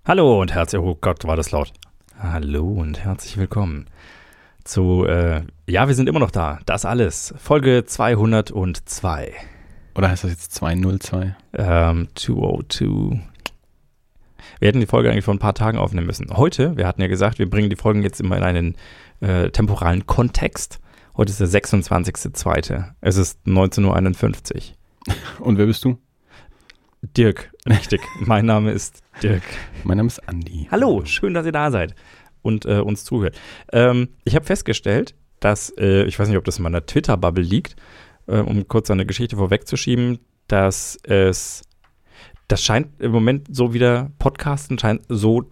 Hallo und herzlich, oh Gott, war das laut. Hallo und herzlich willkommen zu, wir sind immer noch da, das alles, Folge 202. Oder heißt das jetzt 202? 202. Wir hätten die Folge eigentlich vor ein paar Tagen aufnehmen müssen. Heute, wir hatten ja gesagt, wir bringen die Folgen jetzt immer in einen temporalen Kontext. Heute ist der 26.02. Es ist 19:51 Uhr. Und wer bist du? Dirk, richtig. Mein Name ist Dirk. Mein Name ist Andi. Hallo, schön, dass ihr da seid und uns zuhört. Ich habe festgestellt, dass, ich weiß nicht, ob das in meiner Twitter-Bubble liegt, um kurz eine Geschichte vorwegzuschieben, dass das scheint im Moment so wieder, Podcasten scheint so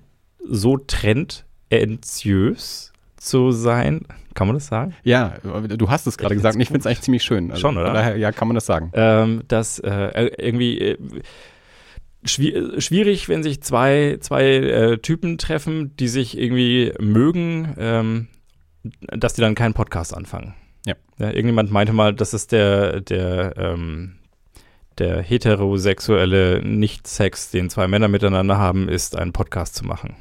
tendenziös zu sein. Kann man das sagen? Ja, du hast es gerade gesagt und ich finde es eigentlich ziemlich schön. Also schon, oder? Daher, ja, kann man das sagen. Dass irgendwie schwierig, wenn sich zwei Typen treffen, die sich irgendwie mögen, dass die dann keinen Podcast anfangen. Ja. Irgendjemand meinte mal, das ist der heterosexuelle Nicht-Sex, den zwei Männer miteinander haben, ist, einen Podcast zu machen.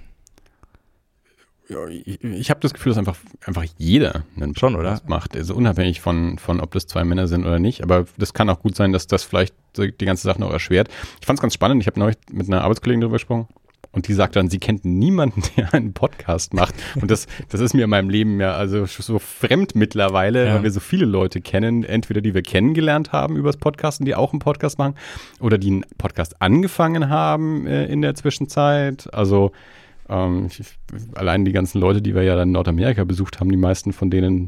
Ich habe das Gefühl, dass einfach jeder einen Podcast macht. Also unabhängig von ob das zwei Männer sind oder nicht. Aber das kann auch gut sein, dass das vielleicht die ganze Sache noch erschwert. Ich fand es ganz spannend. Ich habe neulich mit einer Arbeitskollegin darüber gesprochen. Und die sagt dann, sie kennt niemanden, der einen Podcast macht. Und das ist mir in meinem Leben ja also so fremd mittlerweile, weil wir so viele Leute kennen, entweder die wir kennengelernt haben übers Podcasten, die auch einen Podcast machen, oder die einen Podcast angefangen haben in der Zwischenzeit. Also allein die ganzen Leute, die wir ja dann in Nordamerika besucht haben, die meisten von denen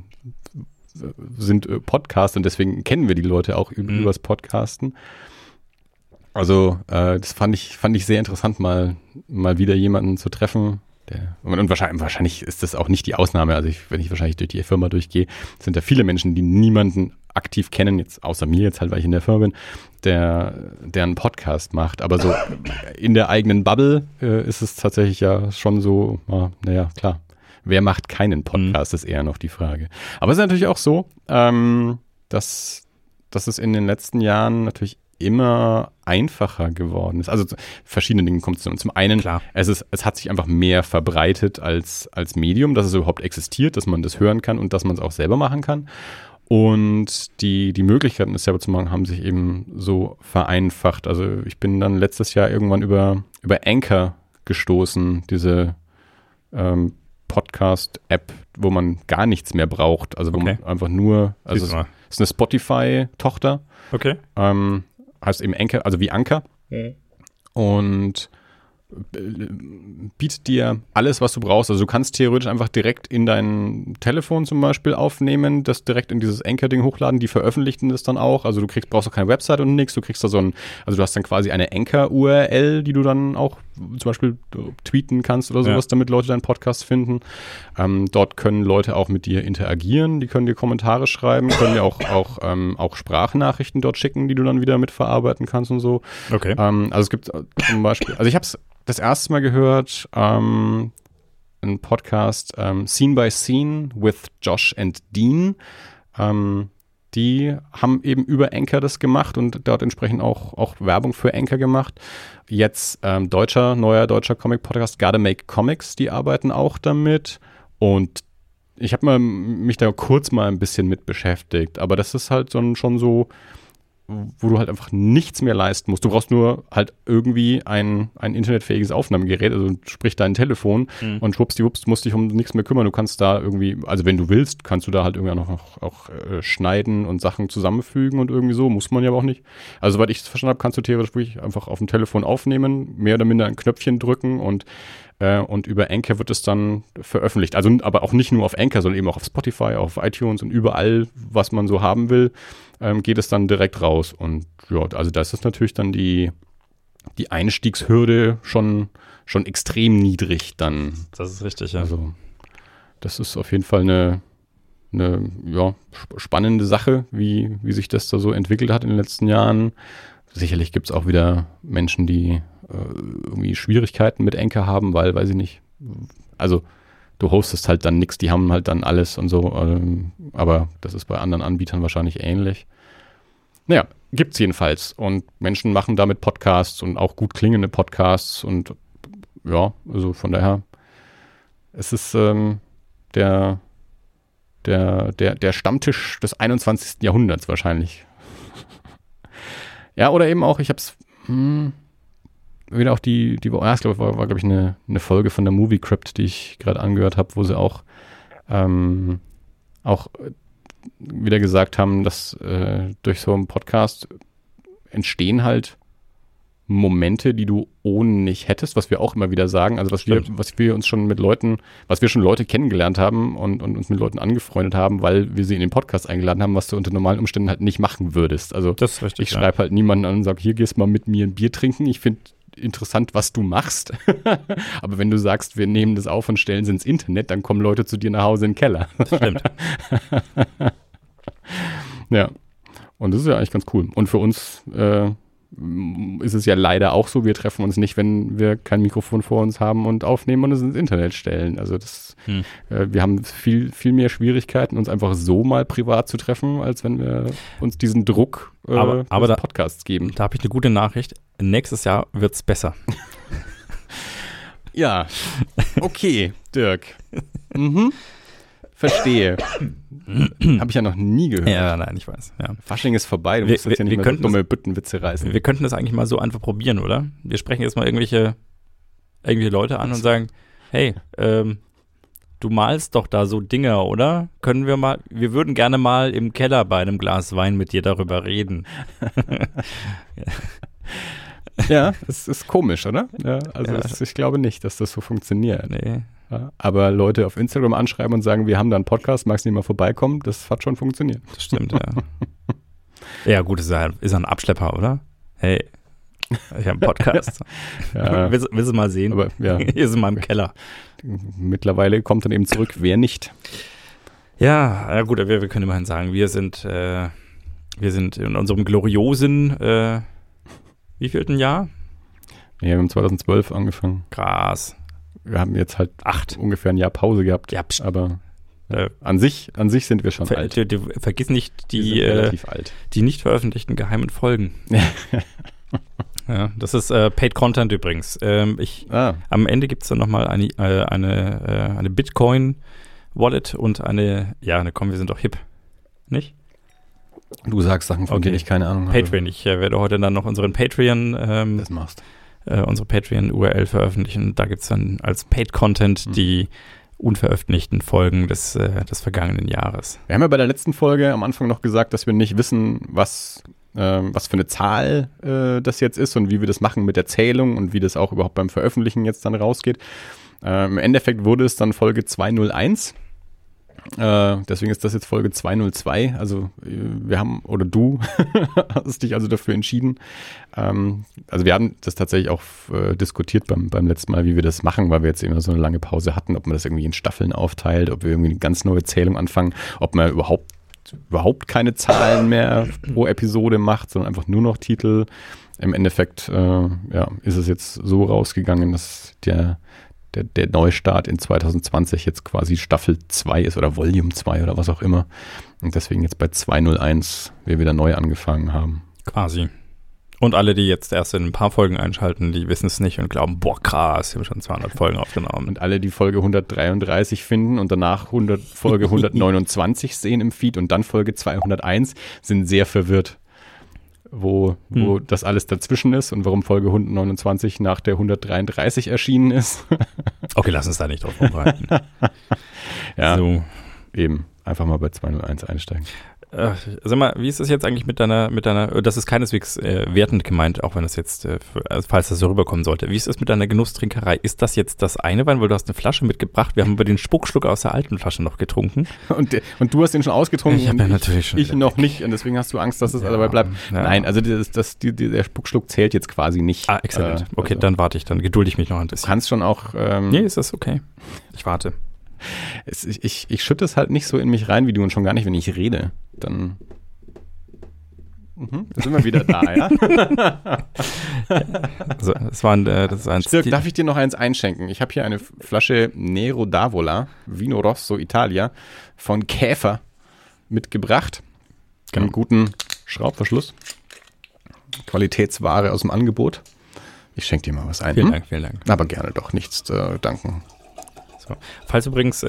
sind Podcaster und deswegen kennen wir die Leute auch übers Podcasten. Also das fand ich sehr interessant, mal wieder jemanden zu treffen. Und wahrscheinlich ist das auch nicht die Ausnahme. Also wenn ich wahrscheinlich durch die Firma durchgehe, sind da viele Menschen, die niemanden aktiv kennen, jetzt außer mir jetzt halt, weil ich in der Firma bin, der einen Podcast macht. Aber so in der eigenen Bubble ist es tatsächlich ja schon so, naja, klar. Wer macht keinen Podcast, ist eher noch die Frage. Aber es ist natürlich auch so, dass es in den letzten Jahren natürlich immer einfacher geworden ist. Also verschiedene Dinge kommt zum einen, klar. Es hat sich einfach mehr verbreitet als Medium, dass es überhaupt existiert, dass man das hören kann und dass man es auch selber machen kann. Und die Möglichkeiten, es selber zu machen, haben sich eben so vereinfacht. Also ich bin dann letztes Jahr irgendwann über Anchor gestoßen, diese Podcast-App, wo man gar nichts mehr braucht. Also wo man einfach nur, also es ist eine Spotify-Tochter. Okay. Heißt eben Anchor, also wie Anker. Und bietet dir alles, was du brauchst. Also du kannst theoretisch einfach direkt in dein Telefon zum Beispiel aufnehmen, das direkt in dieses Anchor-Ding hochladen. Die veröffentlichen das dann auch. Also brauchst auch keine Website und nichts. Du kriegst da also du hast dann quasi eine Anchor-URL, die du dann auch zum Beispiel tweeten kannst oder sowas, damit Leute deinen Podcast finden. Dort können Leute auch mit dir interagieren. Die können dir Kommentare schreiben, können dir auch Sprachnachrichten dort schicken, die du dann wieder mitverarbeiten kannst und so. Okay. Also es gibt zum Beispiel, also ich habe es das erste Mal gehört, ein Podcast Scene by Scene with Josh and Dean. Die haben eben über Anchor das gemacht und dort entsprechend auch Werbung für Anchor gemacht. Jetzt neuer deutscher Comic-Podcast, Gotta Make Comics, die arbeiten auch damit. Und ich habe mich da kurz mal ein bisschen mit beschäftigt. Aber das ist halt schon so, wo du halt einfach nichts mehr leisten musst. Du brauchst nur halt irgendwie ein internetfähiges Aufnahmegerät, also sprich dein Telefon und schwuppsdiwupps, musst dich um nichts mehr kümmern. Du kannst da irgendwie, also wenn du willst, kannst du da halt irgendwie auch schneiden und Sachen zusammenfügen und irgendwie so, muss man ja aber auch nicht. Also soweit ich es verstanden habe, kannst du theoretisch wirklich einfach auf dem Telefon aufnehmen, mehr oder minder ein Knöpfchen drücken und über Anchor wird es dann veröffentlicht. Also aber auch nicht nur auf Anchor, sondern eben auch auf Spotify, auf iTunes und überall, was man so haben will, geht es dann direkt raus. Und ja, also da ist das natürlich dann die Einstiegshürde schon extrem niedrig dann. Das ist richtig, ja. Also das ist auf jeden Fall eine spannende Sache, wie sich das da so entwickelt hat in den letzten Jahren. Sicherlich gibt es auch wieder Menschen, die irgendwie Schwierigkeiten mit Anchor haben, weil, weiß ich nicht, also du hostest halt dann nichts, die haben halt dann alles und so, aber das ist bei anderen Anbietern wahrscheinlich ähnlich. Naja, gibt's jedenfalls und Menschen machen damit Podcasts und auch gut klingende Podcasts und ja, also von daher, es ist der Stammtisch des 21. Jahrhunderts wahrscheinlich. Ja, oder eben auch, ich habe es wieder auch die ich glaube, war glaube ich eine Folge von der Movie Crypt, die ich gerade angehört habe, wo sie auch wieder gesagt haben, dass durch so einen Podcast entstehen halt Momente, die du ohne nicht hättest, was wir auch immer wieder sagen, also was wir schon Leute kennengelernt haben und uns mit Leuten angefreundet haben, weil wir sie in den Podcast eingeladen haben, was du unter normalen Umständen halt nicht machen würdest. Also das ist richtig, ich schreibe halt niemanden an und sage, hier gehst mal mit mir ein Bier trinken, ich finde interessant, was du machst. Aber wenn du sagst, wir nehmen das auf und stellen es ins Internet, dann kommen Leute zu dir nach Hause in den Keller. Das stimmt. Ja. Und das ist ja eigentlich ganz cool. Und für uns ist es ja leider auch so, wir treffen uns nicht, wenn wir kein Mikrofon vor uns haben und aufnehmen und es ins Internet stellen. Also wir haben viel, viel mehr Schwierigkeiten, uns einfach so mal privat zu treffen, als wenn wir uns diesen Druck des Podcasts geben. Da habe ich eine gute Nachricht. Nächstes Jahr wird es besser. Ja, okay, Dirk. Verstehe. Habe ich ja noch nie gehört. Ja, nein, ich weiß. Ja. Fasching ist vorbei, du musst jetzt ja nicht mehr so dumme Büttenwitze reißen. Wir könnten das eigentlich mal so einfach probieren, oder? Wir sprechen jetzt mal irgendwelche Leute an und sagen, hey, du malst doch da so Dinger, oder? Wir würden gerne mal im Keller bei einem Glas Wein mit dir darüber reden. Ja, das ist komisch, oder? Ja, also ich glaube nicht, dass das so funktioniert. Nee. Ja, aber Leute auf Instagram anschreiben und sagen, wir haben da einen Podcast, magst du nicht mal vorbeikommen? Das hat schon funktioniert. Das stimmt, ja. Ja, gut, ist ein Abschlepper, oder? Hey, ich habe einen Podcast. Ja. Willst du mal sehen? Aber, ja. Hier sind wir im Keller. Mittlerweile kommt dann eben zurück, wer nicht. Ja, gut, wir können immerhin sagen, wir sind in unserem gloriosen, wievielten Jahr? Ja, wir haben 2012 angefangen. Krass. Wir haben jetzt halt ungefähr ein Jahr Pause gehabt. Ja, aber an sich sind wir schon alt. Du vergiss nicht die relativ alt. Die nicht veröffentlichten geheimen Folgen. Ja, das ist Paid Content übrigens. Am Ende gibt es dann nochmal eine Bitcoin-Wallet und komm, wir sind doch hip. Nicht? Du sagst Sachen, von denen ich keine Ahnung habe. Patreon. Ich werde heute dann noch unseren Patreon das machst. Unsere Patreon-URL veröffentlichen. Da gibt es dann als Paid-Content die unveröffentlichten Folgen des vergangenen Jahres. Wir haben ja bei der letzten Folge am Anfang noch gesagt, dass wir nicht wissen, was für eine Zahl das jetzt ist und wie wir das machen mit der Zählung und wie das auch überhaupt beim Veröffentlichen jetzt dann rausgeht. Im Endeffekt wurde es dann Folge 201. Deswegen ist das jetzt Folge 202. Also du hast dich also dafür entschieden. Also wir haben das tatsächlich auch diskutiert beim letzten Mal, wie wir das machen, weil wir jetzt immer so eine lange Pause hatten, ob man das irgendwie in Staffeln aufteilt, ob wir irgendwie eine ganz neue Zählung anfangen, ob man überhaupt keine Zahlen mehr pro Episode macht, sondern einfach nur noch Titel. Im Endeffekt ist es jetzt so rausgegangen, dass der Neustart in 2020 jetzt quasi Staffel 2 ist oder Volume 2 oder was auch immer. Und deswegen jetzt bei 201 wir wieder neu angefangen haben. Quasi. Und alle, die jetzt erst in ein paar Folgen einschalten, die wissen es nicht und glauben, boah krass, wir haben schon 200 Folgen aufgenommen. Und alle, die Folge 133 finden und danach Folge 129 sehen im Feed und dann Folge 201, sind sehr verwirrt, wo das alles dazwischen ist und warum Folge 129 nach der 133 erschienen ist. Okay, lass uns da nicht drauf vorbereiten. Ja, so. Eben. Einfach mal bei 201 einsteigen. Sag mal, wie ist das jetzt eigentlich mit deiner, das ist keineswegs wertend gemeint, auch wenn das jetzt, falls das so rüberkommen sollte. Wie ist das mit deiner Genusstrinkerei? Ist das jetzt das eine Wein, weil du hast eine Flasche mitgebracht? Wir haben über den Spuckschluck aus der alten Flasche noch getrunken. Und du hast den schon ausgetrunken. Ich habe ja natürlich schon. Ich noch nicht und deswegen hast du Angst, dass es dabei bleibt. Ja. Nein, also der Spuckschluck zählt jetzt quasi nicht. Ah, exzellent. Okay, dann warte ich, dann gedulde ich mich noch ein bisschen. Du kannst schon auch. Nee, ist das okay. Ich warte. Ich schütte es halt nicht so in mich rein wie du und schon gar nicht, wenn ich rede. Dann da sind wir wieder da, ja? Also, das ist ein Dirk, darf ich dir noch eins einschenken? Ich habe hier eine Flasche Nero d'Avola, Vino Rosso Italia, von Käfer mitgebracht. Genau. Einen guten Schraubverschluss. Qualitätsware aus dem Angebot Ich schenke dir mal was ein. Vielen Dank. Aber gerne doch, nichts zu danken. So. Falls übrigens,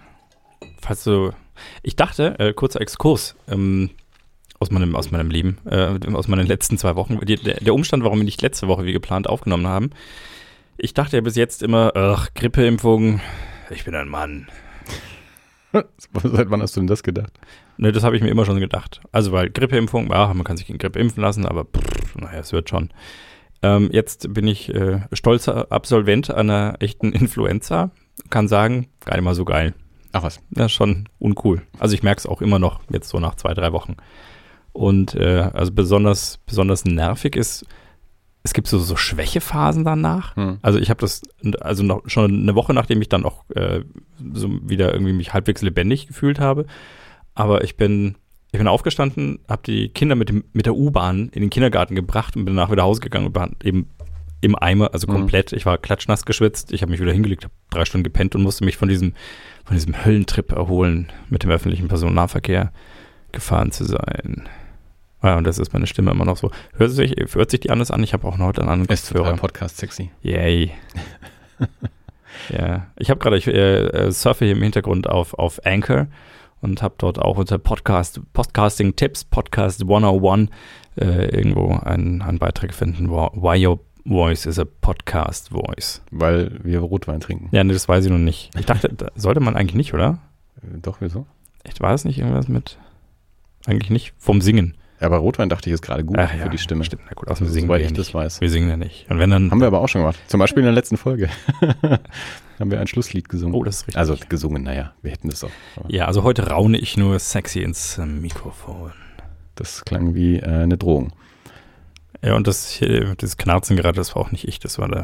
ich dachte, kurzer Exkurs aus meinem Leben, aus meinen letzten 2 Wochen, der Umstand, warum wir nicht letzte Woche wie geplant aufgenommen haben, ich dachte ja bis jetzt immer, Grippeimpfung, ich bin ein Mann. Seit wann hast du denn das gedacht? Ne, das habe ich mir immer schon gedacht. Also, weil Grippeimpfung, man kann sich gegen Grippe impfen lassen, aber es wird schon. Jetzt bin ich stolzer Absolvent einer echten Influenza. Kann sagen, gar nicht mal so geil. Ach was? Ja, schon uncool. Also ich merke es auch immer noch, jetzt so nach 2-3 Wochen. Und also besonders nervig ist, es gibt so Schwächephasen danach. Also ich habe das, also schon eine Woche, nachdem ich dann auch so wieder irgendwie mich halbwegs lebendig gefühlt habe. Aber ich bin aufgestanden, habe die Kinder mit der U-Bahn in den Kindergarten gebracht und bin danach wieder nach Hause gegangen und war eben im Eimer, also komplett. Ich war klatschnass geschwitzt, ich habe mich wieder hingelegt, habe 3 Stunden gepennt und musste mich von diesem Höllentrip erholen, mit dem öffentlichen Personennahverkehr gefahren zu sein. Ja, und das ist meine Stimme immer noch so. Hört sich die anders an? Ich habe auch noch heute einen anderen Kopfhörer. Ist Podcast sexy. Yay. Ja, ich surfe hier im Hintergrund auf Anchor und habe dort auch unter Podcasting-Tipps, Podcast 101 irgendwo einen Beitrag finden, Why Your Voice is a Podcast Voice. Weil wir Rotwein trinken. Ja, nee, das weiß ich noch nicht. Ich dachte, sollte man eigentlich nicht, oder? Doch, wieso? Echt, war es nicht irgendwas mit? Eigentlich nicht, vom Singen. Ja, aber Rotwein dachte ich ist gerade gut für die Stimme. Stimmt, na gut, aus dem Singen wir ich das weiß. Wir singen ja nicht. Und wenn dann haben wir aber auch schon gemacht. Zum Beispiel in der letzten Folge haben wir ein Schlusslied gesungen. Oh, das ist richtig. Also gesungen, naja, wir hätten das auch. Ja, also heute raune ich nur sexy ins Mikrofon. Das klang wie eine Drohung. Ja, und das Knarzen gerade, das war auch nicht ich, das war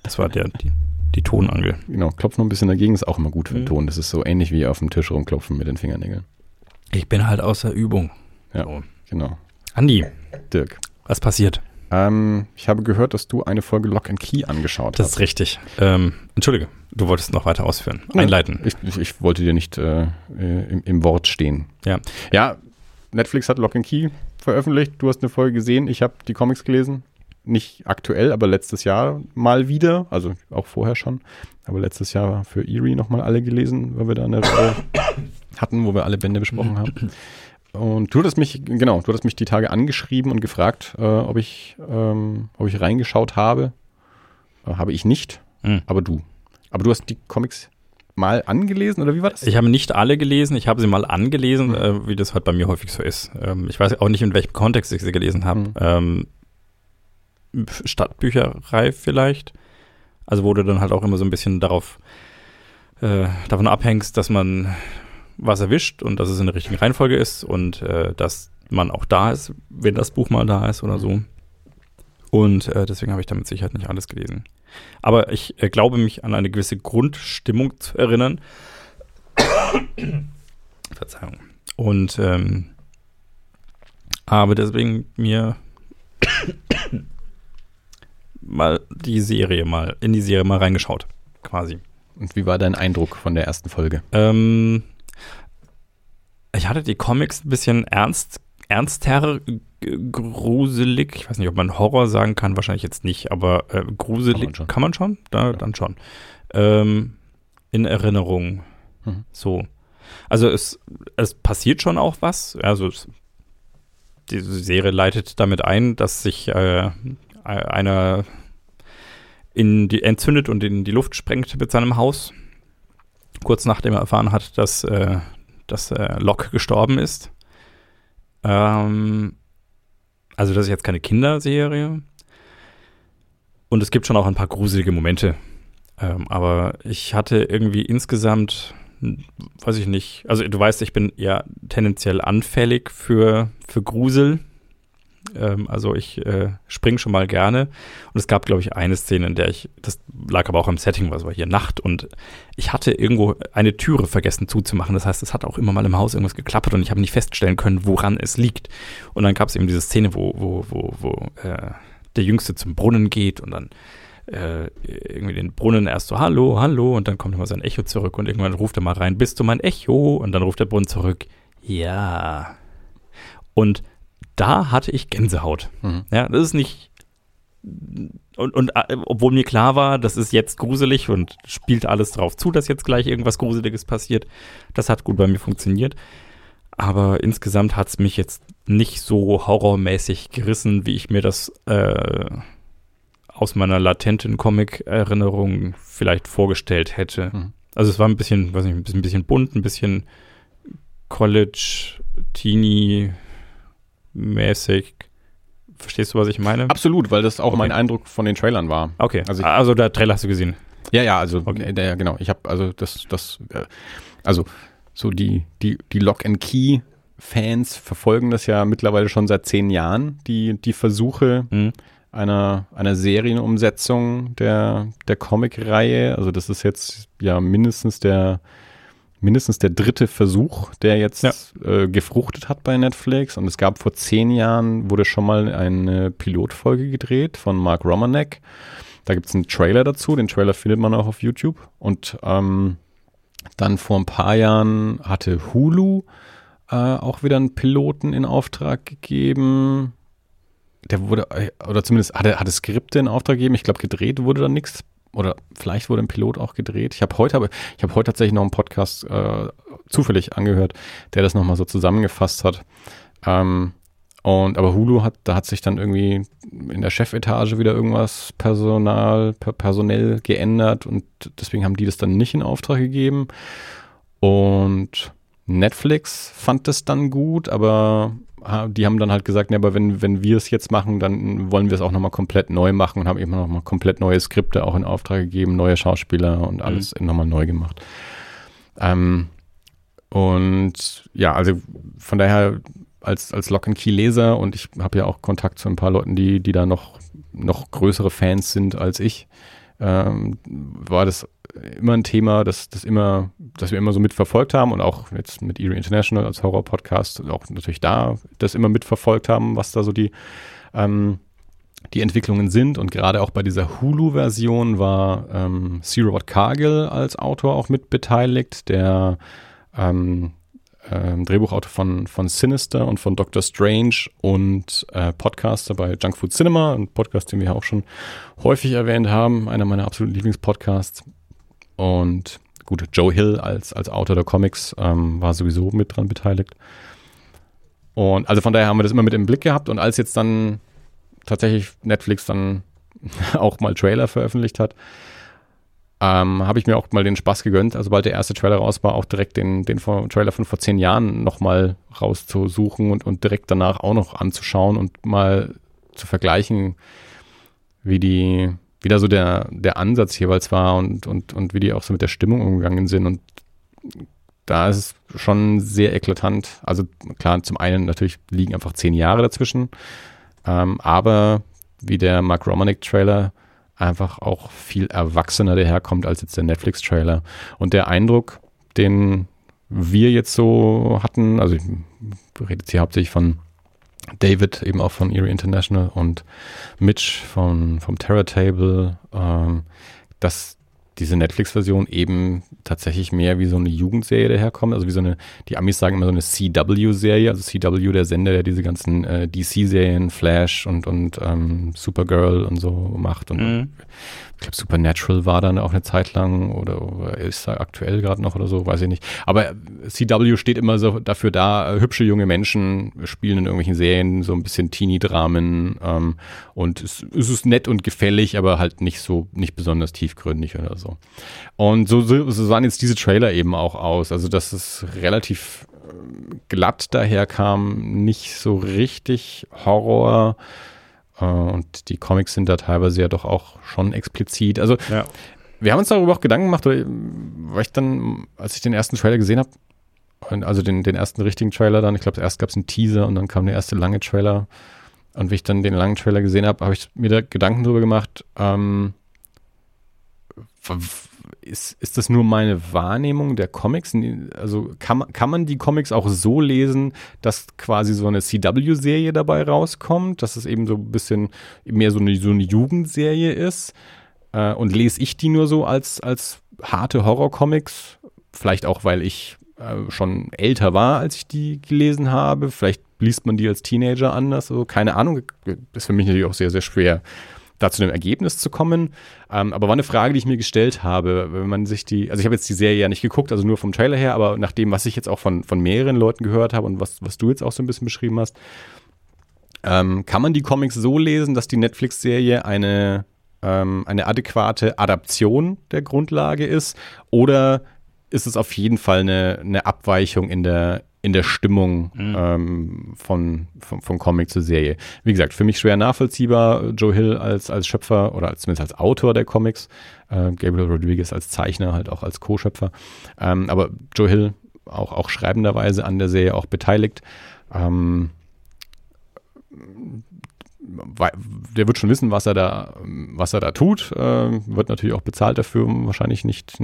die Tonangel. Genau, klopf noch ein bisschen dagegen, ist auch immer gut für den Ton. Das ist so ähnlich wie auf dem Tisch rumklopfen mit den Fingernägeln. Ich bin halt außer Übung. Ja, so. Genau. Andi. Dirk. Was passiert? Ich habe gehört, dass du eine Folge Lock and Key angeschaut hast. Das ist richtig. Entschuldige, du wolltest noch weiter ausführen. Einleiten. Ich wollte dir nicht im Wort stehen. Ja. Ja, Netflix hat Lock and Key veröffentlicht. Du hast eine Folge gesehen. Ich habe die Comics gelesen. Nicht aktuell, aber letztes Jahr mal wieder. Also auch vorher schon. Aber letztes Jahr für Eerie nochmal alle gelesen, weil wir da eine Reihe hatten, wo wir alle Bände besprochen haben. Und du hattest mich die Tage angeschrieben und gefragt, ob ich reingeschaut habe. Habe ich nicht, aber du. Aber du hast die Comics mal angelesen, oder wie war das? Ich habe nicht alle gelesen, ich habe sie mal angelesen, wie das halt bei mir häufig so ist. Ich weiß auch nicht, in welchem Kontext ich sie gelesen habe. Stadtbücherei vielleicht. Also wo du dann halt auch immer so ein bisschen davon abhängst, dass man was erwischt und dass es in der richtigen Reihenfolge ist und dass man auch da ist, wenn das Buch mal da ist oder so. Und deswegen habe ich da mit Sicherheit nicht alles gelesen. Aber ich glaube, mich an eine gewisse Grundstimmung zu erinnern. Verzeihung. Und habe deswegen mir mal in die Serie mal reingeschaut, quasi. Und wie war dein Eindruck von der ersten Folge? Ich hatte die Comics ein bisschen ernster, gruselig. Ich weiß nicht, ob man Horror sagen kann, wahrscheinlich jetzt nicht, aber gruselig kann man schon? Dann schon. In Erinnerung. So. Also es passiert schon auch was. Also diese Serie leitet damit ein, dass sich einer entzündet und in die Luft sprengt mit seinem Haus. Kurz nachdem er erfahren hat, dass Locke gestorben ist. Also das ist jetzt keine Kinderserie. Und es gibt schon auch ein paar gruselige Momente. Aber ich hatte irgendwie insgesamt, weiß ich nicht, also du weißt, ich bin eher tendenziell anfällig für Grusel. Also ich springe schon mal gerne. Und es gab, glaube ich, eine Szene, in der das lag aber auch im Setting, was war hier Nacht, und ich hatte irgendwo eine Türe vergessen zuzumachen. Das heißt, es hat auch immer mal im Haus irgendwas geklappert und ich habe nicht feststellen können, woran es liegt. Und dann gab es eben diese Szene, wo der Jüngste zum Brunnen geht und dann irgendwie den Brunnen erst so, hallo, hallo, und dann kommt immer sein Echo zurück und irgendwann ruft er mal rein, bist du mein Echo? Und dann ruft der Brunnen zurück, ja. Und da hatte ich Gänsehaut. Ja, das ist nicht Und obwohl mir klar war, das ist jetzt gruselig und spielt alles drauf zu, dass jetzt gleich irgendwas Gruseliges passiert, das hat gut bei mir funktioniert. Aber insgesamt hat es mich jetzt nicht so horrormäßig gerissen, wie ich mir das aus meiner latenten Comic-Erinnerung vielleicht vorgestellt hätte. Mhm. Also es war ein bisschen, weiß nicht, ein bisschen bunt, ein bisschen College, Teenie-mäßig. Verstehst du, was ich meine? Absolut, weil das auch mein Eindruck von den Trailern war. Okay, also der Trailer hast du gesehen? Ja, also genau. Ich habe also also so die Lock-and-Key-Fans verfolgen das ja mittlerweile schon seit 10 Jahren, die Versuche einer Serienumsetzung der Comic-Reihe. Also das ist jetzt ja mindestens der 3. Versuch, der jetzt gefruchtet hat bei Netflix. Und es gab vor 10 Jahren, wurde schon mal eine Pilotfolge gedreht von Mark Romanek. Da gibt es einen Trailer dazu. Den Trailer findet man auch auf YouTube. Und dann vor ein paar Jahren hatte Hulu auch wieder einen Piloten in Auftrag gegeben. Der wurde, oder zumindest hatte Skripte in Auftrag gegeben. Ich glaube, gedreht wurde da nichts. Oder vielleicht wurde ein Pilot auch gedreht. Ich habe heute tatsächlich noch einen Podcast zufällig angehört, der das nochmal so zusammengefasst hat. Aber Hulu hat sich dann irgendwie in der Chefetage wieder irgendwas personell geändert und deswegen haben die das dann nicht in Auftrag gegeben. Und Netflix fand das dann gut, aber die haben dann halt gesagt, ne, aber wenn wir es jetzt machen, dann wollen wir es auch nochmal komplett neu machen und haben eben nochmal komplett neue Skripte auch in Auftrag gegeben, neue Schauspieler und alles nochmal neu gemacht. Und ja, also von daher als Lock-and-Key-Leser und ich habe ja auch Kontakt zu ein paar Leuten, die da noch größere Fans sind als ich, war das immer ein Thema, das wir immer so mitverfolgt haben und auch jetzt mit Eerie International als Horror-Podcast auch natürlich das immer mitverfolgt haben, was da so die Entwicklungen sind. Und gerade auch bei dieser Hulu-Version war C. Robert Cargill als Autor auch mit beteiligt, der Drehbuchautor von Sinister und von Doctor Strange und Podcaster bei Junk Food Cinema, ein Podcast, den wir auch schon häufig erwähnt haben, einer meiner absoluten Lieblingspodcasts. Und gut, Joe Hill als Autor der Comics war sowieso mit dran beteiligt. Und also von daher haben wir das immer mit im Blick gehabt. Und als jetzt dann tatsächlich Netflix dann auch mal Trailer veröffentlicht hat, habe ich mir auch mal den Spaß gegönnt, also sobald der erste Trailer raus war, auch direkt den Trailer von vor 10 Jahren nochmal rauszusuchen und direkt danach auch noch anzuschauen und mal zu vergleichen, wie da so der Ansatz jeweils war und wie die auch so mit der Stimmung umgegangen sind. Und da ist es schon sehr eklatant. Also klar, zum einen natürlich liegen einfach 10 Jahre dazwischen, aber wie der Mark Romanek-Trailer einfach auch viel erwachsener daherkommt als jetzt der Netflix-Trailer. Und der Eindruck, den wir jetzt so hatten, also ich rede jetzt hier hauptsächlich von David, eben auch von Eerie International und Mitch vom Terror Table, dass diese Netflix-Version eben tatsächlich mehr wie so eine Jugendserie daherkommt, also wie so eine, die Amis sagen immer so eine CW-Serie, also CW, der Sender, der diese ganzen DC-Serien, Flash und Supergirl und so macht und ich glaube Supernatural war dann auch eine Zeit lang oder ist da aktuell gerade noch oder so, weiß ich nicht. Aber CW steht immer so dafür da, hübsche junge Menschen spielen in irgendwelchen Serien so ein bisschen Teenie-Dramen und es ist nett und gefällig, aber halt nicht besonders tiefgründig oder so. Und so sahen jetzt diese Trailer eben auch aus. Also dass es relativ glatt daherkam, nicht so richtig Horror. Und die Comics sind da teilweise ja doch auch schon explizit. Also wir haben uns darüber auch Gedanken gemacht, weil ich dann, als ich den ersten Trailer gesehen habe, also den ersten richtigen Trailer dann, ich glaube, erst gab es einen Teaser und dann kam der erste lange Trailer. Und wie ich dann den langen Trailer gesehen habe, habe ich mir da Gedanken darüber gemacht, ist das nur meine Wahrnehmung der Comics? Also kann man die Comics auch so lesen, dass quasi so eine CW-Serie dabei rauskommt, dass es eben so ein bisschen mehr so eine Jugendserie ist? Und lese ich die nur so als harte Horror-Comics? Vielleicht auch, weil ich schon älter war, als ich die gelesen habe. Vielleicht liest man die als Teenager anders. Also keine Ahnung. Das ist für mich natürlich auch sehr, sehr schwer, da zu einem Ergebnis zu kommen. Aber war eine Frage, die ich mir gestellt habe, wenn man sich also ich habe jetzt die Serie ja nicht geguckt, also nur vom Trailer her, aber nach dem, was ich jetzt auch von mehreren Leuten gehört habe und was du jetzt auch so ein bisschen beschrieben hast, kann man die Comics so lesen, dass die Netflix-Serie eine adäquate Adaption der Grundlage ist, oder ist es auf jeden Fall eine Abweichung in der Stimmung vom Comic zur Serie? Wie gesagt, für mich schwer nachvollziehbar. Joe Hill als Schöpfer oder zumindest als Autor der Comics, Gabriel Rodriguez als Zeichner, halt auch als Co-Schöpfer. Aber Joe Hill auch schreibenderweise an der Serie auch beteiligt. Der wird schon wissen, was er da tut. Wird natürlich auch bezahlt dafür, wahrscheinlich nicht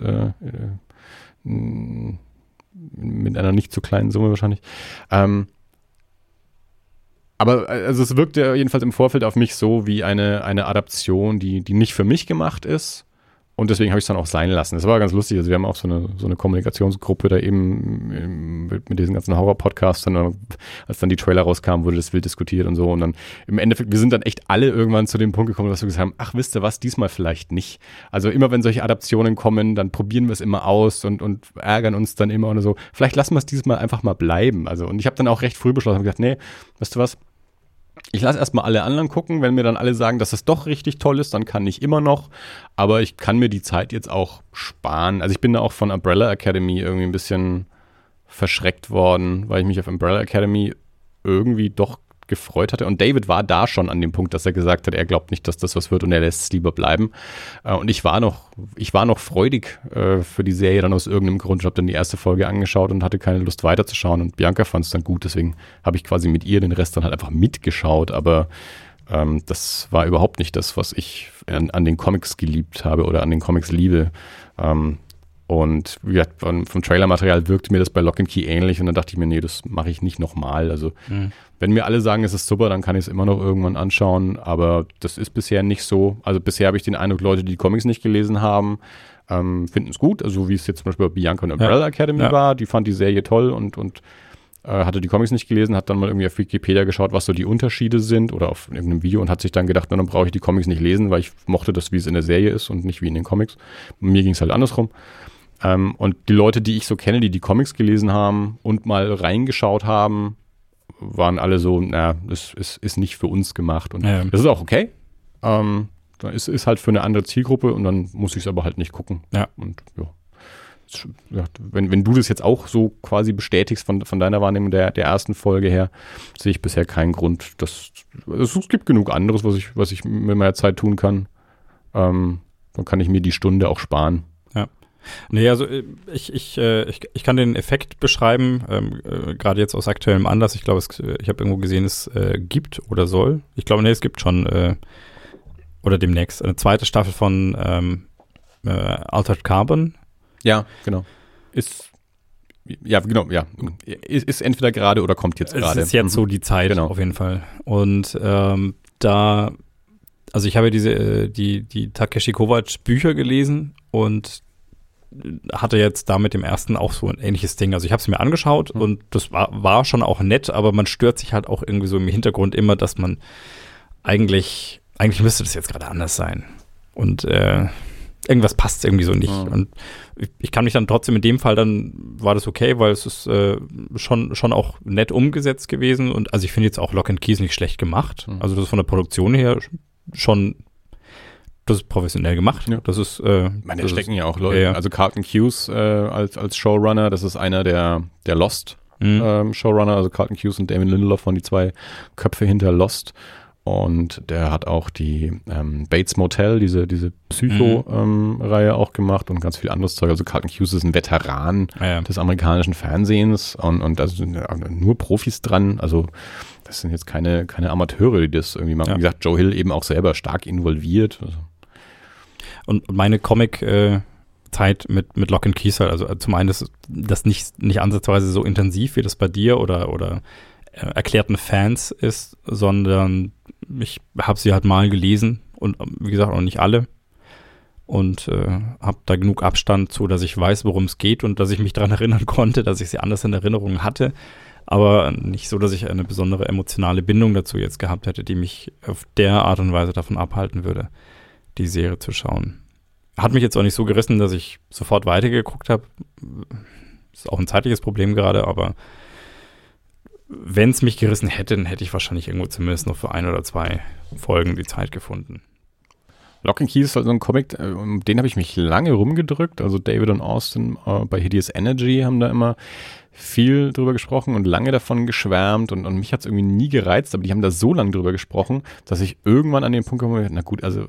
mit einer nicht zu kleinen Summe wahrscheinlich. Aber also es wirkt ja jedenfalls im Vorfeld auf mich so wie eine Adaption, die nicht für mich gemacht ist. Und deswegen habe ich es dann auch sein lassen. Das war ganz lustig. Also wir haben auch so eine Kommunikationsgruppe da eben mit diesen ganzen Horror-Podcasts. Als dann die Trailer rauskamen, wurde das wild diskutiert und so. Und dann im Endeffekt, wir sind dann echt alle irgendwann zu dem Punkt gekommen, dass wir gesagt haben, ach, wisst ihr was, diesmal vielleicht nicht. Also immer, wenn solche Adaptionen kommen, dann probieren wir es immer aus und ärgern uns dann immer oder so. Vielleicht lassen wir es dieses Mal einfach mal bleiben. Also, und ich habe dann auch recht früh beschlossen und gesagt, nee, weißt du was, ich lasse erstmal alle anderen gucken, wenn mir dann alle sagen, dass es doch richtig toll ist, dann kann ich immer noch, aber ich kann mir die Zeit jetzt auch sparen. Also ich bin da auch von Umbrella Academy irgendwie ein bisschen verschreckt worden, weil ich mich auf Umbrella Academy irgendwie doch gefreut hatte. Und David war da schon an dem Punkt, dass er gesagt hat, er glaubt nicht, dass das was wird und er lässt es lieber bleiben. Und ich war noch freudig für die Serie dann aus irgendeinem Grund. Ich habe dann die erste Folge angeschaut und hatte keine Lust weiterzuschauen. Und Bianca fand es dann gut, deswegen habe ich quasi mit ihr den Rest dann halt einfach mitgeschaut. Aber das war überhaupt nicht das, was ich an den Comics geliebt habe oder an den Comics liebe. Und wie gesagt, vom Trailermaterial wirkte mir das bei Lock and Key ähnlich und dann dachte ich mir, nee, das mache ich nicht nochmal. Also wenn mir alle sagen, es ist super, dann kann ich es immer noch irgendwann anschauen, aber das ist bisher nicht so. Also bisher habe ich den Eindruck, Leute, die Comics nicht gelesen haben, finden es gut. Also wie es jetzt zum Beispiel bei Bianca und Umbrella Academy war, die fand die Serie toll und hatte die Comics nicht gelesen, hat dann mal irgendwie auf Wikipedia geschaut, was so die Unterschiede sind oder auf irgendeinem Video und hat sich dann gedacht, dann brauche ich die Comics nicht lesen, weil ich mochte das, wie es in der Serie ist und nicht wie in den Comics. Mir ging es halt andersrum. Und die Leute, die ich so kenne, die Comics gelesen haben und mal reingeschaut haben, waren alle so, das ist nicht für uns gemacht. Und das ist auch okay. Ist halt für eine andere Zielgruppe und dann muss ich es aber halt nicht gucken. Ja. Und ja, wenn du das jetzt auch so quasi bestätigst von deiner Wahrnehmung der ersten Folge her, sehe ich bisher keinen Grund. Es gibt genug anderes, was ich mit meiner Zeit tun kann. Dann kann ich mir die Stunde auch sparen. Ja. Nee, also ich kann den Effekt beschreiben, gerade jetzt aus aktuellem Anlass. Ich glaube, ich habe irgendwo gesehen, es gibt oder soll. Ich glaube, es gibt schon oder demnächst eine zweite Staffel von Altered Carbon. Ja, genau. Ist entweder gerade oder kommt jetzt gerade. Es ist jetzt so die Zeit, auf jeden Fall. Und also ich habe die Takeshi Kovacs Bücher gelesen und hatte jetzt da mit dem ersten auch so ein ähnliches Ding. Also ich habe es mir angeschaut und das war schon auch nett, aber man stört sich halt auch irgendwie so im Hintergrund immer, dass man eigentlich müsste das jetzt gerade anders sein. Und irgendwas passt irgendwie so nicht. Und ich kann mich dann trotzdem in dem Fall, dann war das okay, weil es ist schon auch nett umgesetzt gewesen. Und also ich finde jetzt auch Lock and Key ist nicht schlecht gemacht. Also das ist von der Produktion her schon, das ist professionell gemacht. Ja. Das ist da stecken ja auch Leute. Also Carlton Cuse als Showrunner, das ist einer der Lost Showrunner. Also Carlton Cuse und Damon Lindelof waren die zwei Köpfe hinter Lost. Und der hat auch die Bates Motel, diese Psycho-Reihe auch gemacht und ganz viel anderes Zeug. Also Carlton Cuse ist ein Veteran des amerikanischen Fernsehens und da sind nur Profis dran. Also das sind jetzt keine Amateure, die das irgendwie machen. Wie gesagt, Joe Hill eben auch selber stark involviert. Also. Und meine Comic-Zeit mit Lock and Key halt, also zum einen ist das nicht ansatzweise so intensiv, wie das bei dir oder erklärten Fans ist, sondern ich habe sie halt mal gelesen und wie gesagt auch nicht alle und habe da genug Abstand zu, dass ich weiß, worum es geht und dass ich mich daran erinnern konnte, dass ich sie anders in Erinnerung hatte. aber nicht so, dass ich eine besondere emotionale Bindung dazu jetzt gehabt hätte, die mich auf der Art und Weise davon abhalten würde, die Serie zu schauen. Hat mich jetzt auch nicht so gerissen, dass ich sofort weitergeguckt habe. Ist auch ein zeitliches Problem gerade, aber wenn es mich gerissen hätte, dann hätte ich wahrscheinlich irgendwo zumindest noch für 1 oder 2 Folgen die Zeit gefunden. Lock and Key ist halt so ein Comic, um den habe ich mich lange rumgedrückt. Also David und Austin bei Hideous Energy haben da immer viel drüber gesprochen und lange davon geschwärmt und mich hat es irgendwie nie gereizt, aber die haben da so lange drüber gesprochen, dass ich irgendwann an den Punkt komme, na gut, also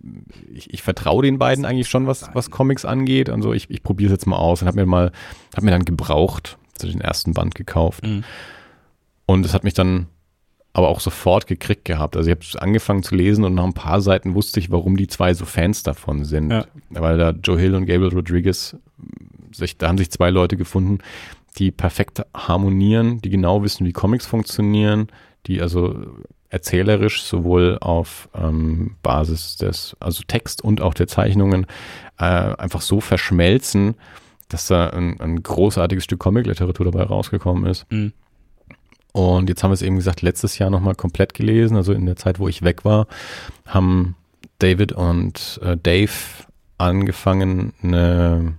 ich vertraue den beiden eigentlich schon, was Comics angeht. Also ich probiere es jetzt mal aus und habe mir dann gebraucht, den ersten Band gekauft. Mhm. Und es hat mich dann aber auch sofort gekriegt gehabt. Also ich habe angefangen zu lesen und nach ein paar Seiten wusste ich, warum die zwei so Fans davon sind. Ja. Weil da Joe Hill und Gabriel Rodriguez, da haben sich 2 Leute gefunden, die perfekt harmonieren, die genau wissen, wie Comics funktionieren, die also erzählerisch sowohl auf Basis des Text und auch der Zeichnungen einfach so verschmelzen, dass da ein großartiges Stück Comic-Literatur dabei rausgekommen ist. Mhm. Und jetzt haben wir es eben gesagt, letztes Jahr nochmal komplett gelesen, also in der Zeit, wo ich weg war, haben David und Dave angefangen, eine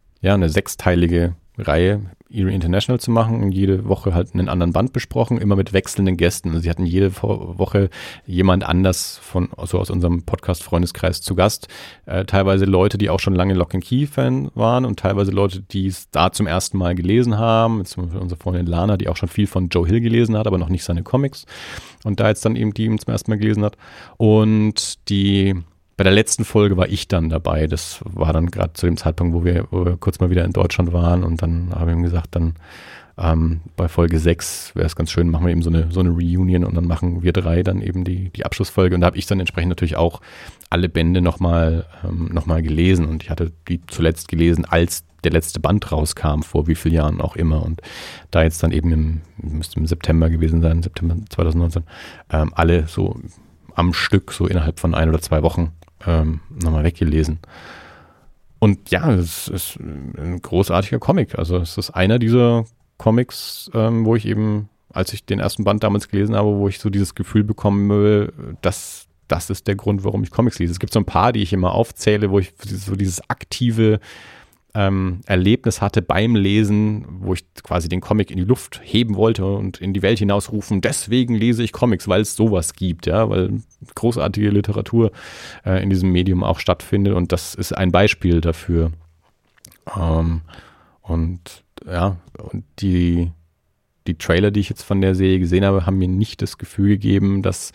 6-teilige Reihe Eerie International zu machen und jede Woche halt einen anderen Band besprochen, immer mit wechselnden Gästen. Also sie hatten jede Woche jemand anders aus unserem Podcast-Freundeskreis zu Gast. Teilweise Leute, die auch schon lange Lock and Key-Fan waren und teilweise Leute, die es da zum ersten Mal gelesen haben. Zum Beispiel unsere Freundin Lana, die auch schon viel von Joe Hill gelesen hat, aber noch nicht seine Comics. Und da jetzt dann eben die ihm zum ersten Mal gelesen hat. Und bei der letzten Folge war ich dann dabei. Das war dann gerade zu dem Zeitpunkt, wo wir kurz mal wieder in Deutschland waren. Und dann habe ich ihm gesagt, dann bei Folge 6 wäre es ganz schön, machen wir eben so eine Reunion und dann machen wir 3 dann eben die Abschlussfolge. Und da habe ich dann entsprechend natürlich auch alle Bände nochmal gelesen. Und ich hatte die zuletzt gelesen, als der letzte Band rauskam, vor wie vielen Jahren auch immer. Und da jetzt dann eben müsste im September gewesen sein, September 2019, alle so am Stück, so innerhalb von 1 oder 2 Wochen nochmal weggelesen. Und ja, es ist ein großartiger Comic. Also es ist einer dieser Comics, wo ich eben, als ich den ersten Band damals gelesen habe, wo ich so dieses Gefühl bekomme, dass das ist der Grund, warum ich Comics lese. Es gibt so ein paar, die ich immer aufzähle, wo ich so dieses aktive Erlebnis hatte beim Lesen, wo ich quasi den Comic in die Luft heben wollte und in die Welt hinausrufen, deswegen lese ich Comics, weil es sowas gibt, ja, weil großartige Literatur in diesem Medium auch stattfindet und das ist ein Beispiel dafür. Und die Trailer, die ich jetzt von der Serie gesehen habe, haben mir nicht das Gefühl gegeben, dass